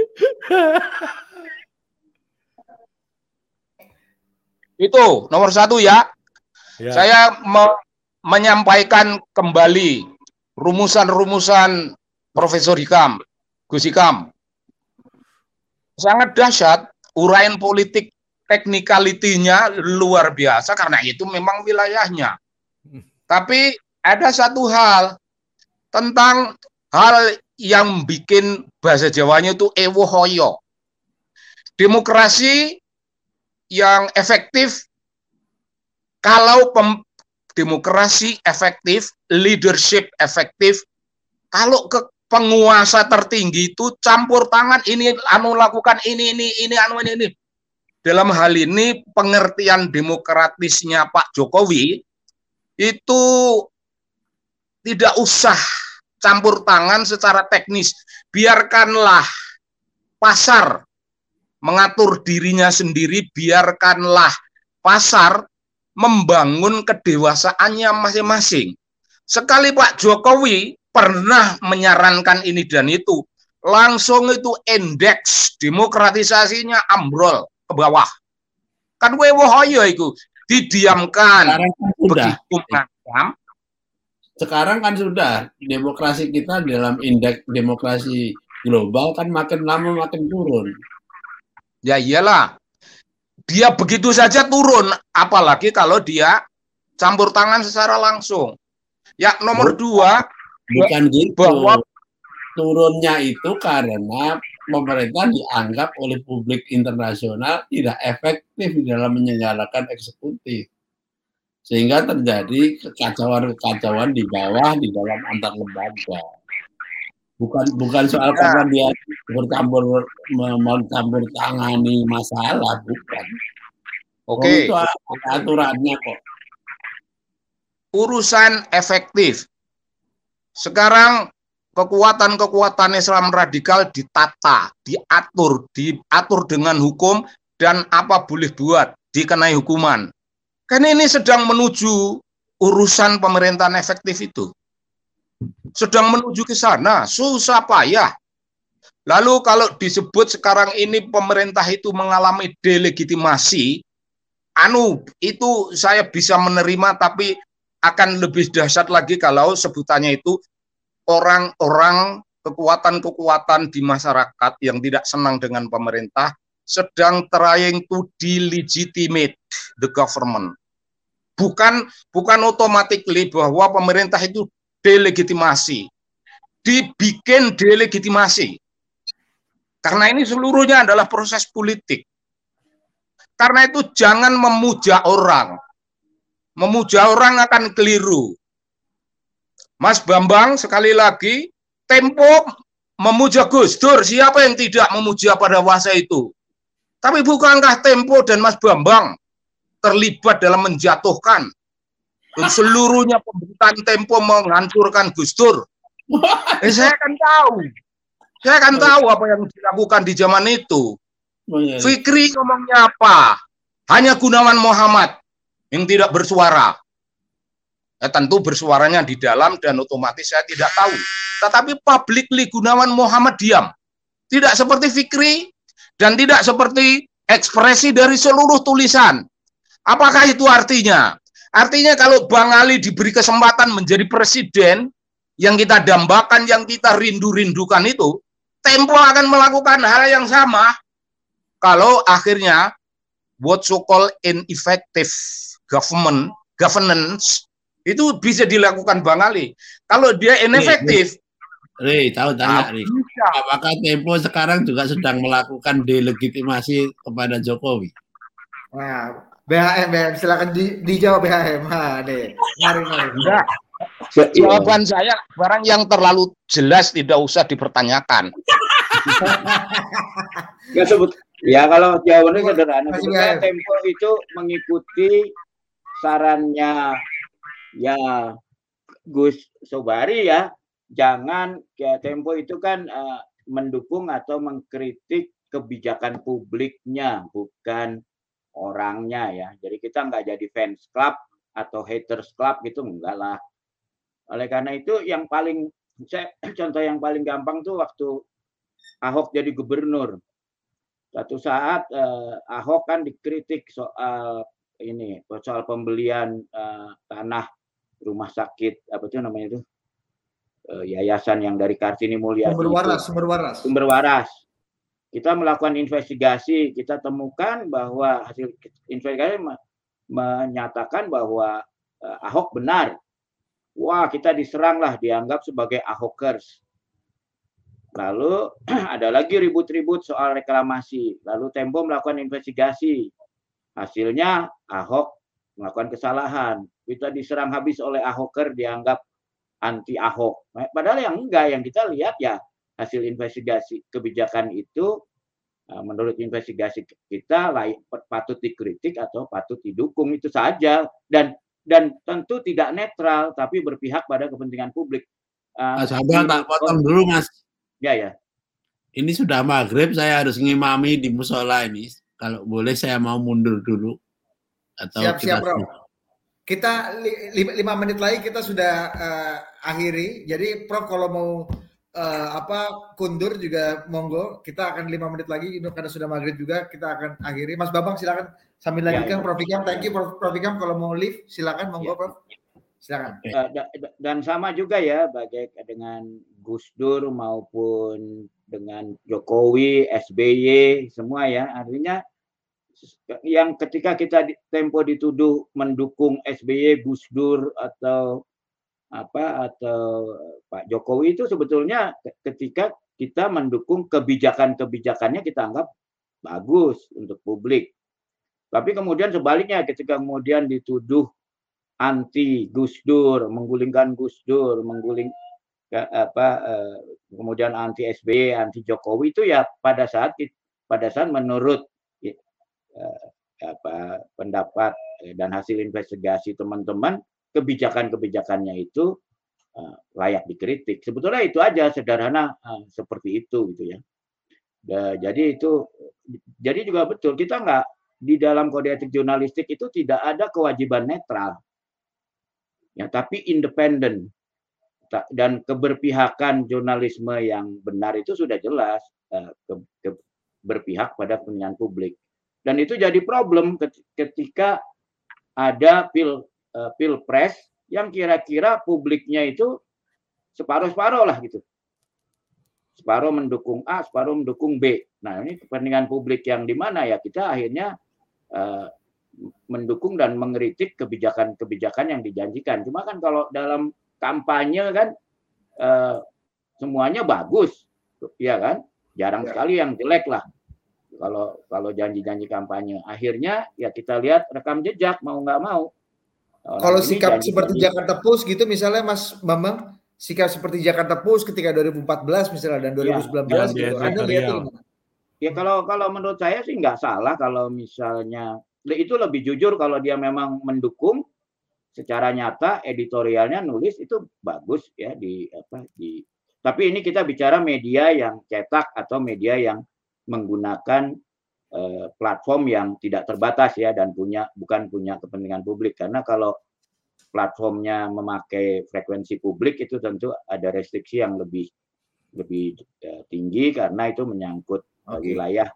Itu nomor 1 ya. Saya menyampaikan kembali rumusan-rumusan Profesor Hikam, Gus Hikam. Sangat dahsyat uraian politik technicality-nya luar biasa karena itu memang wilayahnya. Tapi ada satu hal tentang hal yang bikin bahasa Jawanya itu ewohoyo. Demokrasi yang efektif, kalau demokrasi efektif, leadership efektif, kalau ke penguasa tertinggi itu campur tangan, ini anu lakukan ini anu ini. Dalam hal ini pengertian demokratisnya Pak Jokowi itu tidak usah campur tangan secara teknis, biarkanlah pasar mengatur dirinya sendiri, biarkanlah pasar membangun kedewasaannya masing-masing. Sekali Pak Jokowi pernah menyarankan ini dan itu, langsung itu indeks demokratisasinya ambrol ke bawah. Kan wewohoyo itu didiamkan begitu macam. Sekarang kan sudah demokrasi kita dalam indeks demokrasi global kan makin lama makin turun. Ya iyalah, dia begitu saja turun, apalagi kalau dia campur tangan secara langsung. Ya nomor dua, bukan gitu. Bahwa turunnya itu karena pemerintah dianggap oleh publik internasional tidak efektif dalam menyelenggarakan eksekutif. Sehingga terjadi kekacauan-kekacauan di bawah, di dalam antar lembaga. Bukan soal karena dia mencampur tangani masalah, bukan. Oke. Itu aturannya kok. Urusan efektif. Sekarang kekuatan-kekuatan Islam radikal ditata, diatur dengan hukum dan apa boleh buat, dikenai hukuman. Kan ini sedang menuju urusan pemerintahan efektif itu. Sedang menuju ke sana, susah payah. Lalu kalau disebut sekarang ini pemerintah itu mengalami delegitimasi, itu saya bisa menerima, tapi akan lebih dahsyat lagi kalau sebutannya itu orang-orang, kekuatan-kekuatan di masyarakat yang tidak senang dengan pemerintah sedang trying to delegitimate the government. Bukan automatically bahwa pemerintah itu delegitimasi, dibikin delegitimasi. Karena ini seluruhnya adalah proses politik. Karena itu jangan memuja orang. Memuja orang akan keliru. Mas Bambang sekali lagi, Tempo memuja Gus Dur, siapa yang tidak memuja pada masa itu? Tapi bukankah Tempo dan Mas Bambang terlibat dalam menjatuhkan seluruhnya pemberitaan Tempo menghancurkan Gus Dur? Saya akan tahu apa yang dilakukan di zaman itu. Fikri ngomongnya apa? Hanya Gunawan Muhammad yang tidak bersuara. Ya, tentu bersuaranya di dalam dan otomatis saya tidak tahu. Tetapi publicly Gunawan Muhammad diam. Tidak seperti Fikri dan tidak seperti ekspresi dari seluruh tulisan. Apakah itu artinya? Artinya kalau Bang Ali diberi kesempatan menjadi presiden, yang kita dambakan, yang kita rindu-rindukan itu, Tempo akan melakukan hal yang sama. Kalau akhirnya what so-called ineffective governance itu bisa dilakukan Bang Ali. Kalau dia inefektif, tahu tanya, apakah Tempo sekarang juga sedang melakukan delegitimasi kepada Jokowi? Nah, BHM, silakan dijawab BHM. Mari. Enggak. Jawaban saya barang yang terlalu jelas tidak usah dipertanyakan. Ya kalau jawabannya sederhana. Tempo itu mengikuti sarannya ya Gus Sobari ya. Jangan kayak Tempo itu kan mendukung atau mengkritik kebijakan publiknya, bukan orangnya ya. Jadi kita nggak jadi fans club atau haters club gitu, enggak lah. Oleh karena itu yang paling contoh yang paling gampang tuh waktu Ahok jadi gubernur. Suatu saat Ahok kan dikritik soal ini, soal pembelian tanah rumah sakit apa itu namanya itu yayasan yang dari Kartini Mulyadi. Sumber waras. kita melakukan investigasi, kita temukan bahwa hasil investigasi menyatakan bahwa Ahok benar. Wah, kita diseranglah, dianggap sebagai Ahokers. Lalu ada lagi ribut-ribut soal reklamasi. Lalu Tempo melakukan investigasi. Hasilnya Ahok melakukan kesalahan. Kita diserang habis oleh Ahoker, dianggap anti Ahok. Padahal yang enggak, yang kita lihat ya hasil investigasi kebijakan itu menurut investigasi kita patut dikritik atau patut didukung, itu saja. Dan tentu tidak netral, tapi berpihak pada kepentingan publik. Mas Abang, tak potong dulu, Mas. Ya. Ini sudah maghrib, saya harus ngimami di musola ini. Kalau boleh saya mau mundur dulu. Atau siap, Bro. Kita 5 menit lagi kita sudah akhiri. Jadi Prof kalau mau kundur juga monggo. Kita akan 5 menit lagi karena sudah maghrib juga, kita akan akhiri. Mas Bambang silakan sambil lanjutkan. Prof Ikam, thank you Prof Ikam, kalau mau live silakan monggo Prof. Silakan. Dan sama juga ya baik dengan Gus Dur maupun dengan Jokowi, SBY semua ya. Artinya yang ketika kita Tempo dituduh mendukung SBY, Gus Dur atau Pak Jokowi, itu sebetulnya ketika kita mendukung kebijakannya kita anggap bagus untuk publik. Tapi kemudian sebaliknya ketika kemudian dituduh anti Gus Dur, menggulingkan Gus Dur, kemudian anti SBY, anti Jokowi, itu ya pada saat menurut pendapat dan hasil investigasi teman-teman, kebijakannya itu layak dikritik. Sebetulnya itu aja, sederhana seperti itu gitu ya. Jadi juga betul, kita nggak, di dalam kode etik jurnalistik itu tidak ada kewajiban netral, ya, tapi independen. Dan keberpihakan jurnalisme yang benar itu sudah jelas berpihak pada kepentingan publik. Dan itu jadi problem ketika ada pilpres yang kira-kira publiknya itu separuh-separuh lah gitu. Separuh mendukung A, separuh mendukung B. Nah, ini kepentingan publik yang di mana ya kita akhirnya mendukung dan mengkritik kebijakan-kebijakan yang dijanjikan. Cuma kan kalau dalam kampanye kan semuanya bagus, ya kan? Jarang sekali yang jelek lah. Kalau janji-janji kampanye, akhirnya ya kita lihat rekam jejak mau nggak mau. Kalau sikap seperti Jakarta Post gitu misalnya Mas Bambang, sikap seperti Jakarta Post ketika 2014 misalnya dan 2019 gitu, Anda lihat gimana? Ya kalau menurut saya sih nggak salah kalau misalnya itu lebih jujur kalau dia memang mendukung secara nyata, editorialnya nulis itu bagus ya tapi ini kita bicara media yang cetak atau media yang menggunakan platform yang tidak terbatas ya dan bukan punya kepentingan publik, karena kalau platformnya memakai frekuensi publik itu tentu ada restriksi yang lebih tinggi karena itu menyangkut wilayah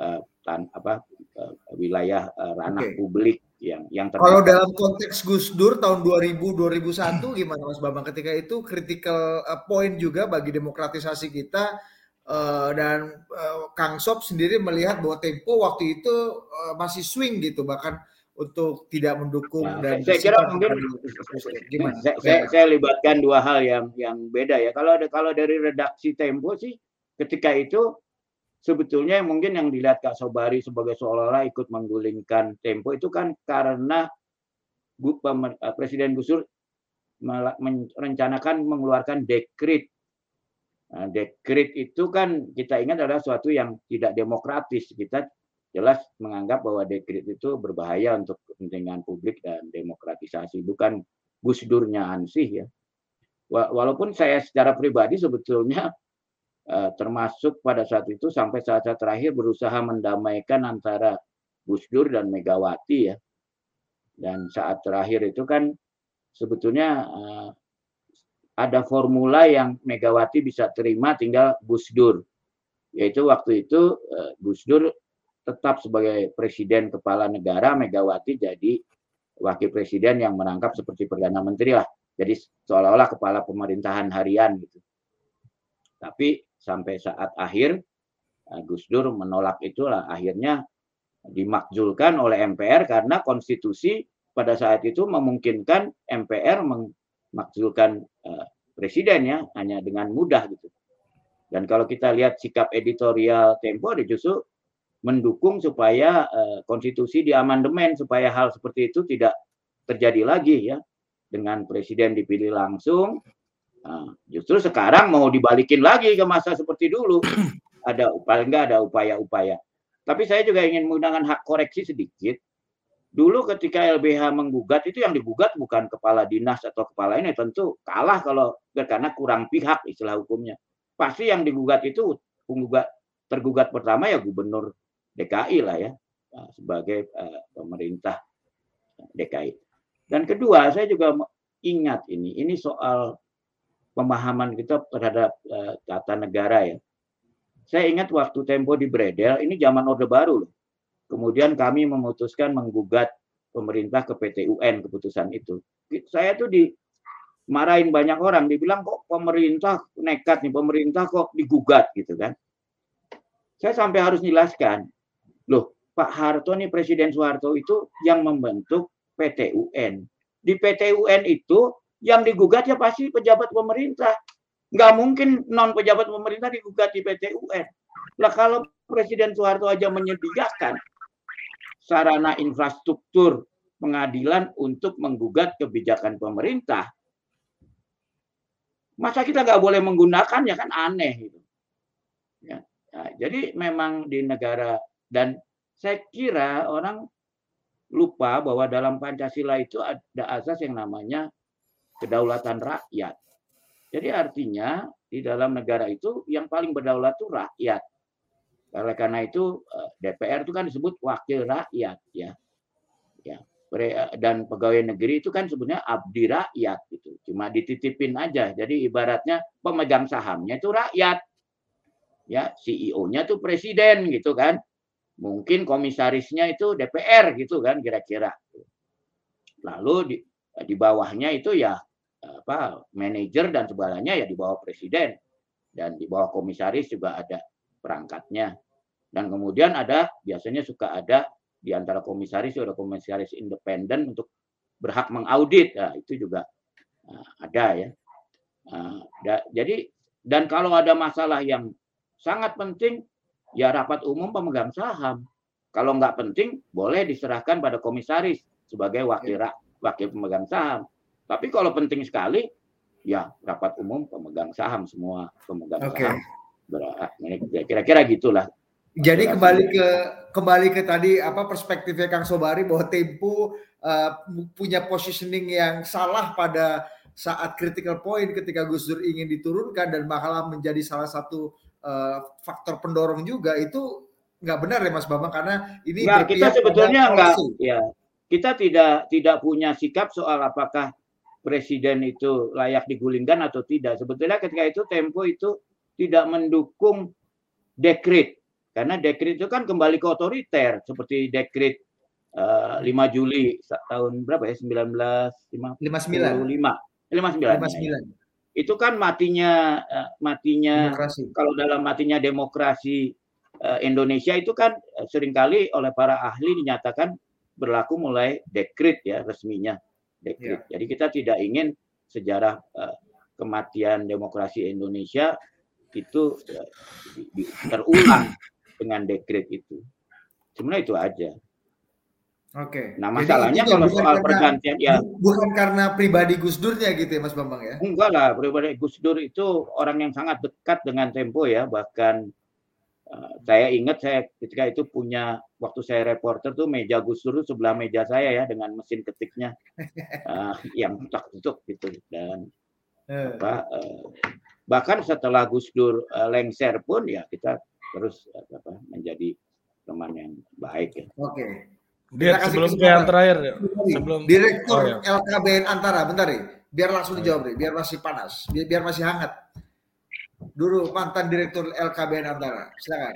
ranah publik yang terbatas. Kalau dalam konteks Gus Dur tahun 2000-2001 gimana Mas Bambang, ketika itu critical point juga bagi demokratisasi kita, dan Kang Sob sendiri melihat bahwa Tempo waktu itu masih swing gitu bahkan untuk tidak mendukung dan saya kira mungkin gimana? Saya libatkan dua hal yang beda ya. Kalau dari redaksi Tempo sih ketika itu sebetulnya mungkin yang dilihat Kak Sobari sebagai seolah-olah ikut menggulingkan Tempo itu kan karena Presiden Gus Dur merencanakan mengeluarkan dekret. Nah, dekret itu kan kita ingat adalah suatu yang tidak demokratis. Kita jelas menganggap bahwa dekret itu berbahaya untuk kepentingan publik dan demokratisasi. Bukan Gus Durnya ansih ya. Walaupun saya secara pribadi sebetulnya termasuk pada saat itu sampai saat terakhir berusaha mendamaikan antara Gus Dur dan Megawati ya. Dan saat terakhir itu kan sebetulnya ada formula yang Megawati bisa terima, tinggal Gus Dur. Yaitu waktu itu Gus Dur tetap sebagai presiden kepala negara, Megawati jadi wakil presiden yang merangkap seperti Perdana Menteri lah. Jadi seolah-olah kepala pemerintahan harian gitu. Tapi sampai saat akhir Gus Dur menolak itulah, akhirnya dimakzulkan oleh MPR karena konstitusi pada saat itu memungkinkan MPR memakzulkan presiden ya, hanya dengan mudah gitu. Dan kalau kita lihat sikap editorial Tempo, dia justru mendukung supaya konstitusi diamandemen supaya hal seperti itu tidak terjadi lagi ya, dengan presiden dipilih langsung. Justru sekarang mau dibalikin lagi ke masa seperti dulu. Paling nggak ada upaya-upaya. Tapi saya juga ingin menggunakan hak koreksi sedikit. Dulu ketika LBH menggugat, itu yang digugat bukan kepala dinas atau kepala ini, tentu kalah kalau karena kurang pihak istilah hukumnya. Pasti yang digugat itu tergugat pertama ya Gubernur DKI lah ya, sebagai pemerintah DKI. Dan kedua, saya juga ingat ini soal pemahaman kita terhadap tata negara ya. Saya ingat waktu Tempo di Bredel, ini zaman Orde Baru loh. Kemudian kami memutuskan menggugat pemerintah ke PT UN keputusan itu. Saya tuh dimarahin banyak orang, dibilang kok pemerintah nekat nih, pemerintah kok digugat gitu kan. Saya sampai harus jelaskan, loh Pak Harto nih, Presiden Soeharto itu yang membentuk PT UN. Di PT UN itu yang digugat ya pasti pejabat pemerintah. Nggak mungkin non pejabat pemerintah digugat di PT UN. Lah kalau Presiden Soeharto aja menyediakan sarana infrastruktur pengadilan untuk menggugat kebijakan pemerintah, masa kita nggak boleh menggunakannya, kan aneh gitu. Ya. Nah, jadi memang di negara, dan saya kira orang lupa bahwa dalam Pancasila itu ada asas yang namanya kedaulatan rakyat. Jadi artinya di dalam negara itu yang paling berdaulat itu rakyat. Oleh karena itu DPR itu kan disebut wakil rakyat ya. Dan pegawai negeri itu kan sebenarnya abdi rakyat gitu. Cuma dititipin aja. Jadi ibaratnya pemegang sahamnya itu rakyat. Ya, CEO-nya itu presiden gitu kan. Mungkin komisarisnya itu DPR gitu kan kira-kira. Lalu di bawahnya itu ya manajer dan sebagainya ya di bawah presiden, dan di bawah komisaris juga ada perangkatnya. Dan kemudian biasanya suka ada di antara komisaris ada komisaris independen untuk berhak mengaudit. Nah, itu juga ada ya. Jadi dan kalau ada masalah yang sangat penting ya rapat umum pemegang saham. Kalau nggak penting boleh diserahkan pada komisaris sebagai wakil pemegang saham. Tapi kalau penting sekali, ya rapat umum pemegang saham, semua pemegang saham. Kira-kira gitulah. Jadi kembali ke tadi perspektifnya Kang Sobari bahwa Tempo punya positioning yang salah pada saat critical point ketika Gus Dur ingin diturunkan dan malah menjadi salah satu faktor pendorong juga, itu nggak benar ya Mas Bambang, karena ini kita sebetulnya nggak, ya kita tidak punya sikap soal apakah presiden itu layak digulingkan atau tidak. Sebetulnya ketika itu Tempo itu tidak mendukung dekret, karena dekret itu kan kembali ke otoriter seperti dekret 5 Juli tahun berapa ya, 1959. Itu kan matinya kalau dalam matinya demokrasi Indonesia itu kan seringkali oleh para ahli dinyatakan berlaku mulai dekret ya, resminya dekret. Jadi kita tidak ingin sejarah kematian demokrasi Indonesia itu terulang dengan dekret itu. Sebenarnya itu aja. Oke. Nah masalahnya kalau soal pergantian ya bukan karena pribadi Gus Durnya gitu ya Mas Bambang ya? Enggak lah, pribadi Gus Dur itu orang yang sangat dekat dengan Tempo ya. Bahkan saya ingat ketika itu punya, waktu saya reporter tuh meja Gus Dur sebelah meja saya ya, dengan mesin ketiknya yang tutuk gitu. Dan bahkan setelah Gus Dur lengser pun ya kita terus menjadi teman yang baik ya. Oke. Sebelum ke yang terakhir, Direktur LKBN Antara, bentar nih, biar langsung dijawab nih, biar masih panas, biar masih hangat. Dulu mantan Direktur LKBN Antara, silakan.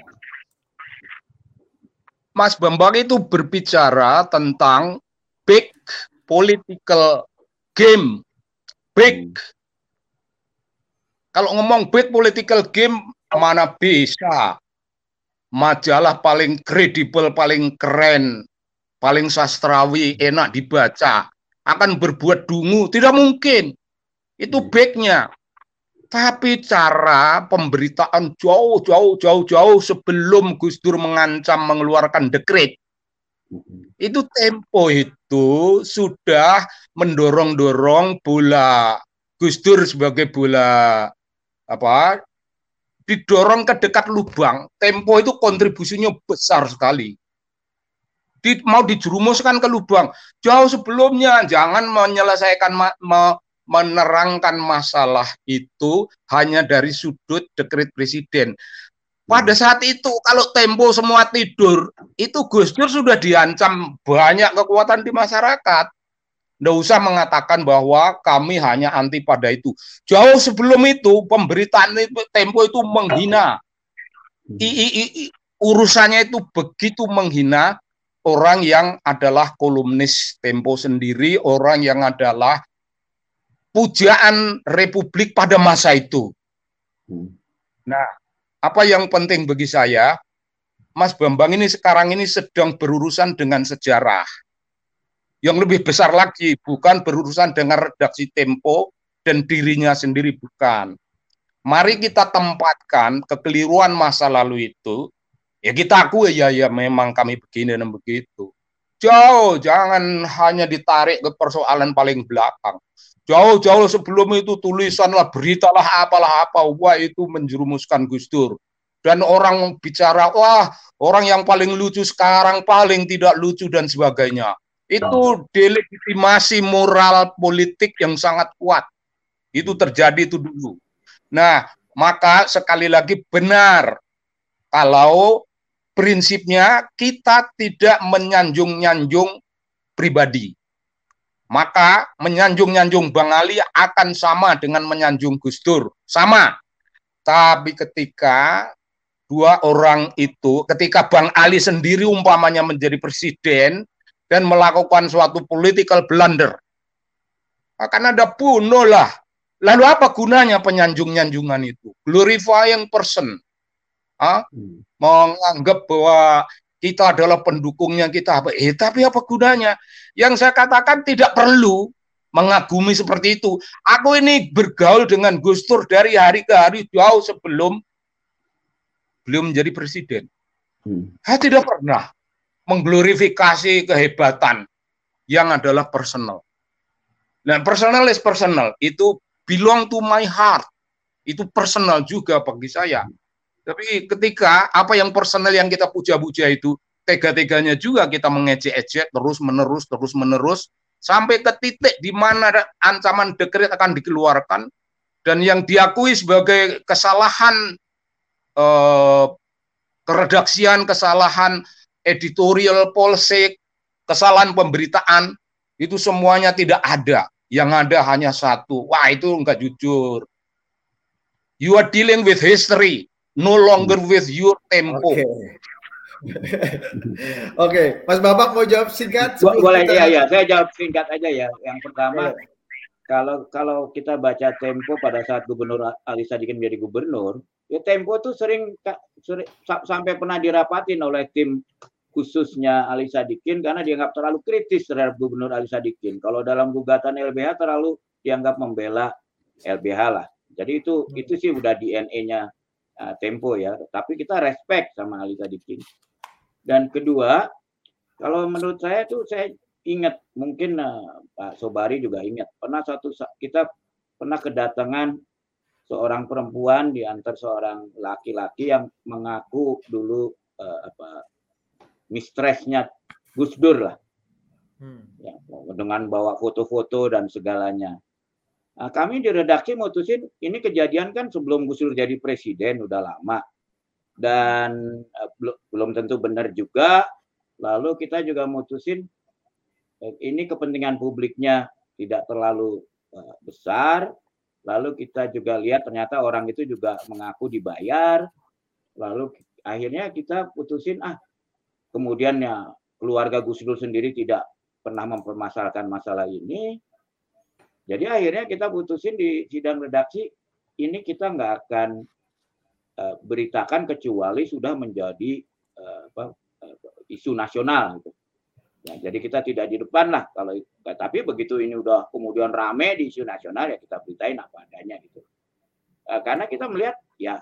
Mas Bambang itu berbicara tentang big political game, big. Kalau ngomong big political game mana bisa? majalah paling kredibel, paling keren, paling sastrawi, enak dibaca, akan berbuat dungu. Tidak mungkin. Itu backnya. Tapi cara pemberitaan jauh sebelum Gus Dur mengancam mengeluarkan dekret, itu Tempo itu sudah mendorong-dorong bola Gus Dur sebagai bola apa, didorong ke dekat lubang. Tempo itu kontribusinya besar sekali. Mau dijerumuskan ke lubang jauh sebelumnya. Jangan menyelesaikan menerangkan masalah itu hanya dari sudut dekret presiden. Pada saat itu kalau Tempo semua tidur, itu Gus Dur sudah diancam banyak kekuatan di masyarakat. Nggak usah mengatakan bahwa kami hanya anti pada itu. Jauh sebelum itu pemberitaan Tempo itu menghina. Urusannya itu begitu menghina orang yang adalah kolumnis Tempo sendiri, orang yang adalah pujaan Republik pada masa itu. Nah, apa yang penting bagi saya, Mas Bambang ini sekarang ini sedang berurusan dengan sejarah. Yang lebih besar lagi, bukan berurusan dengan redaksi Tempo dan dirinya sendiri, bukan. Mari kita tempatkan kekeliruan masa lalu itu, ya kita akui ya memang kami begini dan begitu. Jauh, jangan hanya ditarik ke persoalan paling belakang. Jauh sebelum itu tulisanlah, beritalah apalah apa, wah itu menjerumuskan Gus Dur. Dan orang bicara, wah orang yang paling lucu sekarang paling tidak lucu dan sebagainya. Itu delegitimasi moral politik yang sangat kuat. Itu terjadi itu dulu. Nah, maka sekali lagi benar kalau prinsipnya kita tidak menyanjung-nyanjung pribadi. Maka menyanjung-nyanjung Bang Ali akan sama dengan menyanjung Gus Dur. Sama. Tapi ketika dua orang itu, ketika Bang Ali sendiri umpamanya menjadi presiden dan melakukan suatu political blunder, akan ada bunuh lah. Lalu apa gunanya penyanjung-nyanjungan itu? Glorifying person. Menganggap bahwa kita adalah pendukungnya kita. Tapi apa gunanya? Yang saya katakan tidak perlu mengagumi seperti itu. Aku ini bergaul dengan Gus Dur dari hari ke hari jauh sebelum beliau menjadi presiden. Saya tidak pernah mengglorifikasi kehebatan yang adalah personal. Nah, personal is personal. Itu belong to my heart. Itu personal juga bagi saya. Tapi ketika apa yang personal yang kita puja-puja itu, tega-teganya juga kita mengejek-ejek terus-menerus, sampai ke titik di mana ancaman dekret akan dikeluarkan, dan yang diakui sebagai kesalahan keredaksian, kesalahan editorial polsek, kesalahan pemberitaan, itu semuanya tidak ada. Yang ada hanya satu, wah itu enggak jujur. You are dealing with history, no longer with your Tempo. Oke, Mas Babak mau jawab singkat? Boleh ya, saya jawab singkat aja ya. Yang pertama, kalau kita baca Tempo pada saat Gubernur Ali Sadikin menjadi gubernur, ya Tempo tuh sering sampai pernah dirapatin oleh tim khususnya Ali Sadikin karena dianggap terlalu kritis terhadap Gubernur Ali Sadikin. Kalau dalam gugatan LBH terlalu dianggap membela LBH lah. Jadi itu sih udah DNA-nya Tempo ya. Tapi kita respect sama Ali Sadikin. Dan kedua, kalau menurut saya tuh saya ingat, mungkin Pak Sobari juga ingat, kita pernah kedatangan seorang perempuan di antar seorang laki-laki yang mengaku dulu mistressnya Gus Dur lah, ya, dengan bawa foto-foto dan segalanya. Nah, kami di redaksi mutusin ini kejadian kan sebelum Gus Dur jadi presiden, udah lama. Dan belum tentu benar juga. Lalu kita juga mutusin ini kepentingan publiknya tidak terlalu besar. Lalu kita juga lihat ternyata orang itu juga mengaku dibayar. Lalu akhirnya kita putusin kemudian ya keluarga Gus Dur sendiri tidak pernah mempermasalahkan masalah ini. Jadi akhirnya kita putusin di sidang redaksi ini kita nggak akan beritakan kecuali sudah menjadi isu nasional gitu. Ya, jadi kita tidak di depan lah kalau, tapi begitu ini udah kemudian rame di isu nasional ya kita beritain apa adanya gitu. Karena kita melihat ya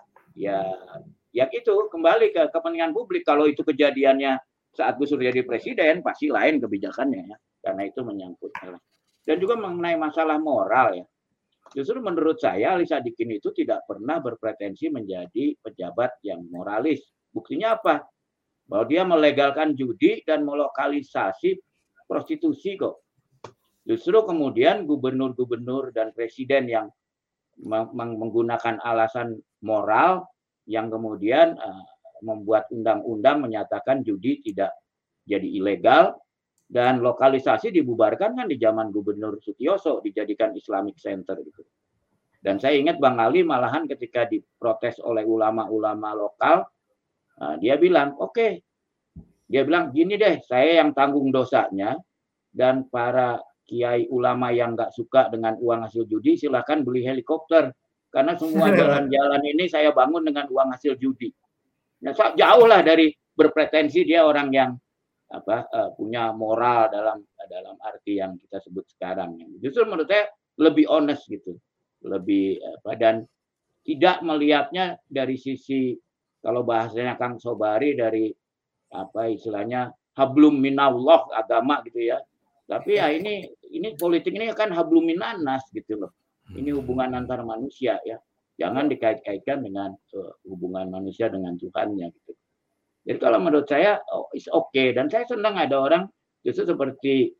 itu kembali ke kepentingan publik. Kalau itu kejadiannya saat Gus Dur jadi presiden pasti lain kebijakannya ya, karena itu menyangkut. Dan juga mengenai masalah moral ya. Justru menurut saya Ali Sadikin itu tidak pernah berpretensi menjadi pejabat yang moralis. Buktinya apa? Bahwa dia melegalkan judi dan melokalisasi prostitusi kok. Justru kemudian gubernur-gubernur dan presiden yang menggunakan alasan moral yang kemudian membuat undang-undang menyatakan judi tidak jadi ilegal dan lokalisasi dibubarkan kan di zaman Gubernur Sutioso dijadikan Islamic Center gitu. Dan saya ingat Bang Ali malahan ketika diprotes oleh ulama-ulama lokal, dia bilang, oke. Dia bilang, gini deh, saya yang tanggung dosanya, dan para kiai ulama yang nggak suka dengan uang hasil judi, silakan beli helikopter. Karena semua jalan-jalan ini saya bangun dengan uang hasil judi. Nah, jauh lah dari berpretensi dia orang yang punya moral dalam arti yang kita sebut sekarang. Justru menurut saya lebih honest gitu. Lebih dan tidak melihatnya dari sisi, kalau bahasanya Kang Sobari dari istilahnya hablum minallah agama gitu ya. Tapi ya ini politik ini kan hablum minanas gitu loh. Ini hubungan antar manusia ya. Jangan dikait-kaitkan dengan hubungan manusia dengan Tuhannya gitu. Jadi kalau menurut saya is okay, dan saya senang ada orang justru seperti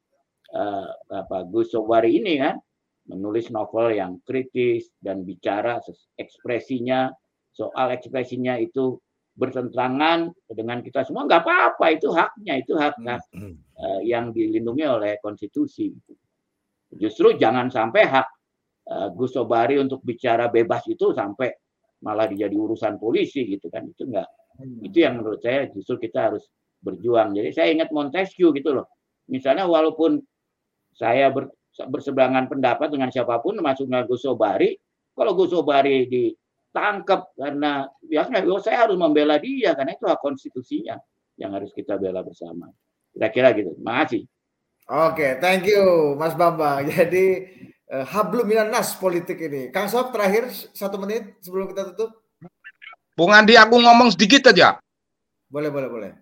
Gus Sobari ini kan menulis novel yang kritis dan bicara ekspresinya, soal ekspresinya itu bertentangan dengan kita semua, nggak apa-apa, itu haknya, itu hak yang dilindungi oleh konstitusi. Justru jangan sampai hak Gus Sobari untuk bicara bebas itu sampai malah dijadi urusan polisi gitu kan, itu enggak. Itu yang menurut saya justru kita harus berjuang. Jadi saya ingat Montesquieu gitu loh. Misalnya walaupun saya berseberangan pendapat dengan siapapun termasuknya Gus Sobari, kalau Gus Sobari ditangkap karena ya saya harus membela dia karena itu hak konstitusinya yang harus kita bela bersama. Kira-kira gitu. Makasih. Oke, thank you Mas Bambang. Jadi hablum minanas politik ini. Kang Sob terakhir 1 menit sebelum kita tutup. Bung Andi, aku ngomong sedikit aja. Boleh.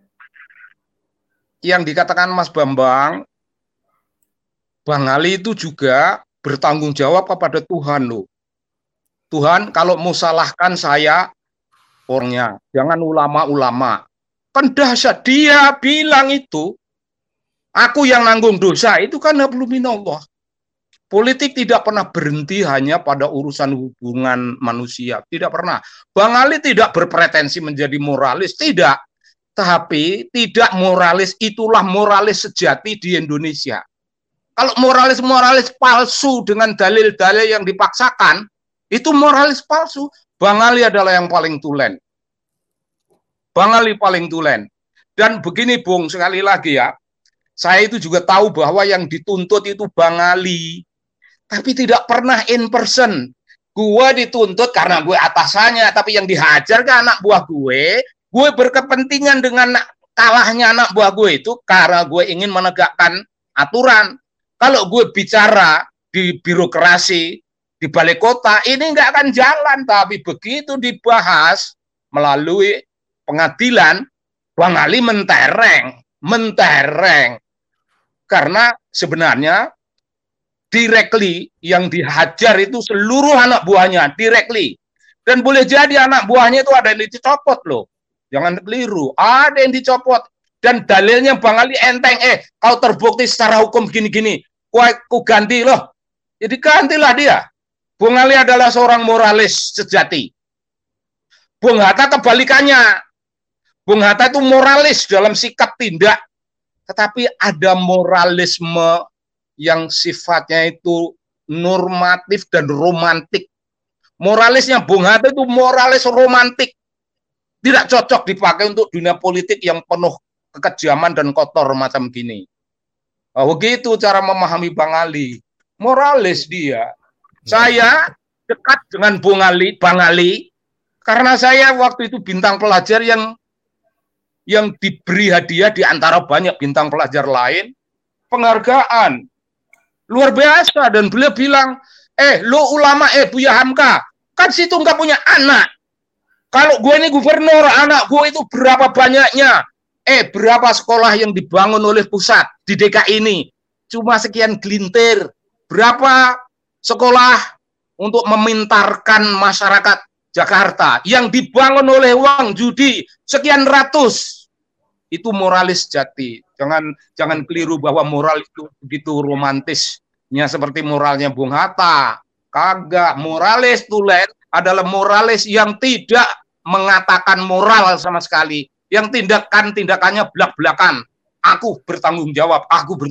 Yang dikatakan Mas Bambang, Bang Ali itu juga bertanggung jawab kepada Tuhan loh. Tuhan kalau mau salahkan saya orangnya, jangan ulama-ulama. Kan dahsyat, dia bilang itu, aku yang nanggung dosa, itu kan hablum minallah. Politik tidak pernah berhenti hanya pada urusan hubungan manusia. Tidak pernah. Bang Ali tidak berpretensi menjadi moralis. Tidak. Tapi tidak moralis, itulah moralis sejati di Indonesia. Kalau moralis palsu dengan dalil-dalil yang dipaksakan, itu moralis palsu. Bang Ali adalah yang paling tulen. Bang Ali paling tulen. Dan begini Bung, sekali lagi ya, saya itu juga tahu bahwa yang dituntut itu Bang Ali. Tapi tidak pernah in person. Gue dituntut karena gue atasannya, tapi yang dihajar ke anak buah gue berkepentingan dengan kalahnya anak buah gue itu karena gue ingin menegakkan aturan. Kalau gue bicara di birokrasi, di balai kota, ini nggak akan jalan. Tapi begitu dibahas melalui pengadilan, Bang Ali mentereng. Karena sebenarnya directly yang dihajar itu seluruh anak buahnya, directly. Dan boleh jadi anak buahnya itu ada yang dicopot loh. Jangan keliru, ada yang dicopot. Dan dalilnya Bang Ali enteng, kau terbukti secara hukum gini-gini, ku ganti loh. Jadi gantilah dia. Bung Ali adalah seorang moralis sejati. Bung Hatta kebalikannya. Bung Hatta itu moralis dalam sikap tindak. Tetapi ada moralisme yang sifatnya itu normatif dan romantik. Moralisnya Bung Hatta itu moralis romantik. Tidak cocok dipakai untuk dunia politik yang penuh kekejaman dan kotor macam gini. Begitu cara memahami Bang Ali. Moralis dia. Saya dekat dengan Bang Ali Karena saya waktu itu bintang pelajar yang diberi hadiah di antara banyak bintang pelajar lain, penghargaan luar biasa. Dan beliau bilang, lo ulama Buya Hamka, kan situ nggak punya anak. Kalau gue ini gubernur, anak gue itu berapa banyaknya? Berapa sekolah yang dibangun oleh pusat di DKI ini? Cuma sekian gelintir. Berapa sekolah untuk memintarkan masyarakat Jakarta yang dibangun oleh uang judi? Sekian ratus. Itu moralis jati. Jangan keliru bahwa moral itu begitu romantisnya seperti moralnya Bung Hatta. Kagak. Moralis tulen adalah moralis yang tidak mengatakan moral sama sekali. Yang tindakannya belak-belakan. Aku bertanggung jawab.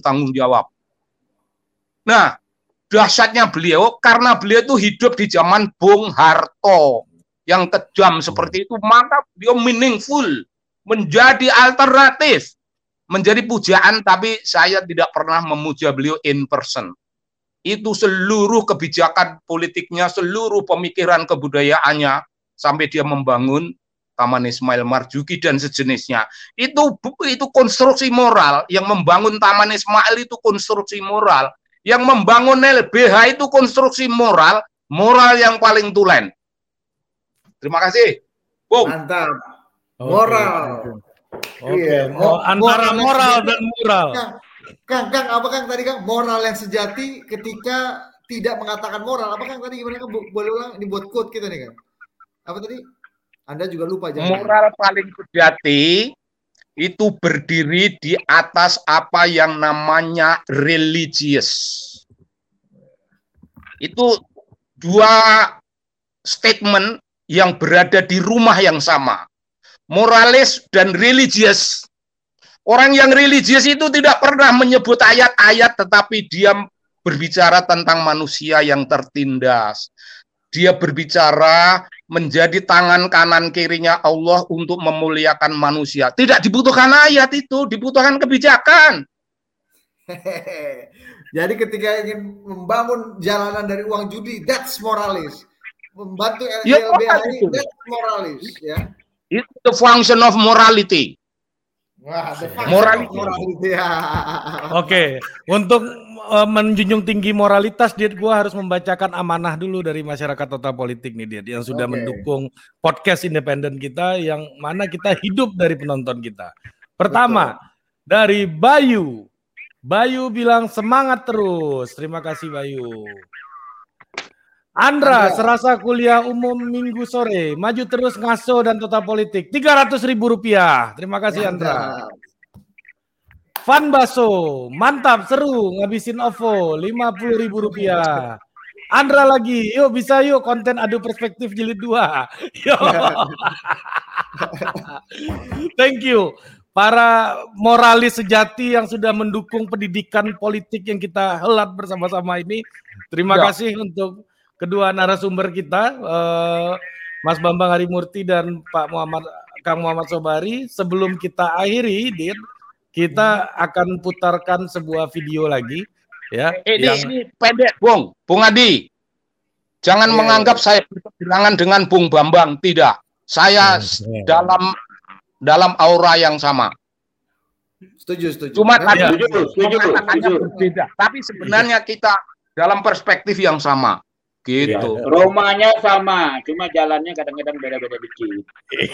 Nah, dahsyatnya beliau, karena beliau itu hidup di zaman Bung Harto yang kejam seperti itu, maka beliau meaningful, menjadi alternatif, menjadi pujaan, tapi saya tidak pernah memuja beliau in person. Itu seluruh kebijakan politiknya, seluruh pemikiran kebudayaannya, sampai dia membangun Taman Ismail Marzuki dan sejenisnya. Itu konstruksi moral. Yang membangun Taman Ismail itu konstruksi moral. Yang membangun LBH itu konstruksi moral yang paling tulen. Terima kasih, Bung. Mantap. Moral. Oke. Antara moral dan moral. Kang, apa Kang tadi Kang? Moral yang sejati ketika tidak mengatakan moral. Apa Kang tadi gimana Kang? Boleh ulang? Ini buat quote kita nih Kang. Apa tadi? Anda juga lupa jangan. Moral paling sejati itu berdiri di atas apa yang namanya religious. Itu dua statement yang berada di rumah yang sama. Moralis dan religious. Orang yang religius itu tidak pernah menyebut ayat-ayat, tetapi dia berbicara tentang manusia yang tertindas. Dia berbicara menjadi tangan kanan kirinya Allah untuk memuliakan manusia. Tidak dibutuhkan ayat itu, dibutuhkan kebijakan. Jadi ketika ingin membangun jalanan dari uang judi, that's moralis. Membantu LBH, that's moralis. Ya. It's the function of morality. Wah, morality. Oke, untuk menjunjung tinggi moralitas, Dit, gue harus membacakan amanah dulu dari masyarakat Total Politik nih, Dit, yang sudah mendukung podcast independen kita, yang mana kita hidup dari penonton kita. Pertama, dari Bayu. Bayu bilang semangat terus. Terima kasih Bayu. Andra, serasa kuliah umum minggu sore, maju terus ngaso dan Total Politik, Rp300.000. Terima kasih Andra. Van Baso, mantap, seru, ngabisin OVO, Rp50.000. Andra lagi, yuk bisa yuk konten adu perspektif jilid 2. Yuk. Thank you. Para moralis sejati yang sudah mendukung pendidikan politik yang kita helat bersama-sama ini. Terima kasih untuk kedua narasumber kita, Mas Bambang Harimurti dan Kang Muhammad Sobari. Sebelum kita akhiri, Dit, kita akan putarkan sebuah video lagi. Ya, ini pendek, Bung Adi. Jangan menganggap saya berseberangan dengan Bung Bambang. Tidak, saya dalam aura yang sama. Setuju. Cuma kata-katanya berbeda. Tapi sebenarnya kita dalam perspektif yang sama. Gitu. Romanya sama, cuma jalannya kadang-kadang beda-beda dikit.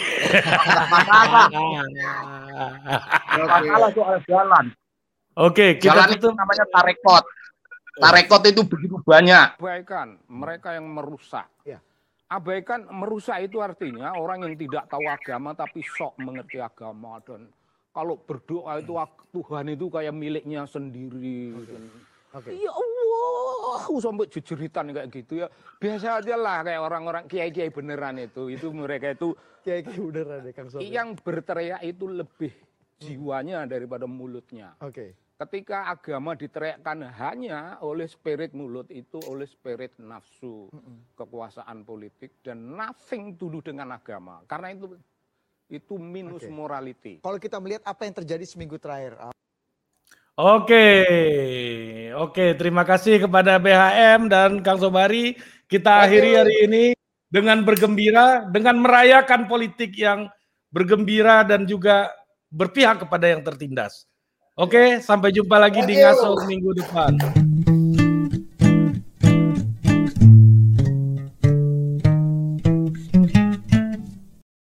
Masalah soal jalan. Oke, jalan itu namanya tarekot. Tarekot itu begitu banyak. Abaikan mereka yang merusak. Abaikan merusak itu artinya orang yang tidak tahu agama tapi sok mengerti agama, dan kalau berdoa itu Tuhan itu kayak miliknya sendiri. Ya Allah, sampai jejeritan kayak gitu ya. Biasa aja lah kayak orang-orang kiai-kiai beneran itu mereka itu kiai-kiai beneran deh Kang Sob. Yang berteriak itu lebih jiwanya daripada mulutnya. Ketika agama diteriakkan hanya oleh spirit mulut, itu oleh spirit nafsu, kekuasaan politik, dan nothing to do dengan agama. Karena itu minus morality. Kalau kita melihat apa yang terjadi seminggu terakhir. Oke, terima kasih kepada BHM dan Kang Sobari. Kita akhiri hari ini dengan bergembira, dengan merayakan politik yang bergembira dan juga berpihak kepada yang tertindas. Oke, sampai jumpa lagi di Ngaso minggu depan.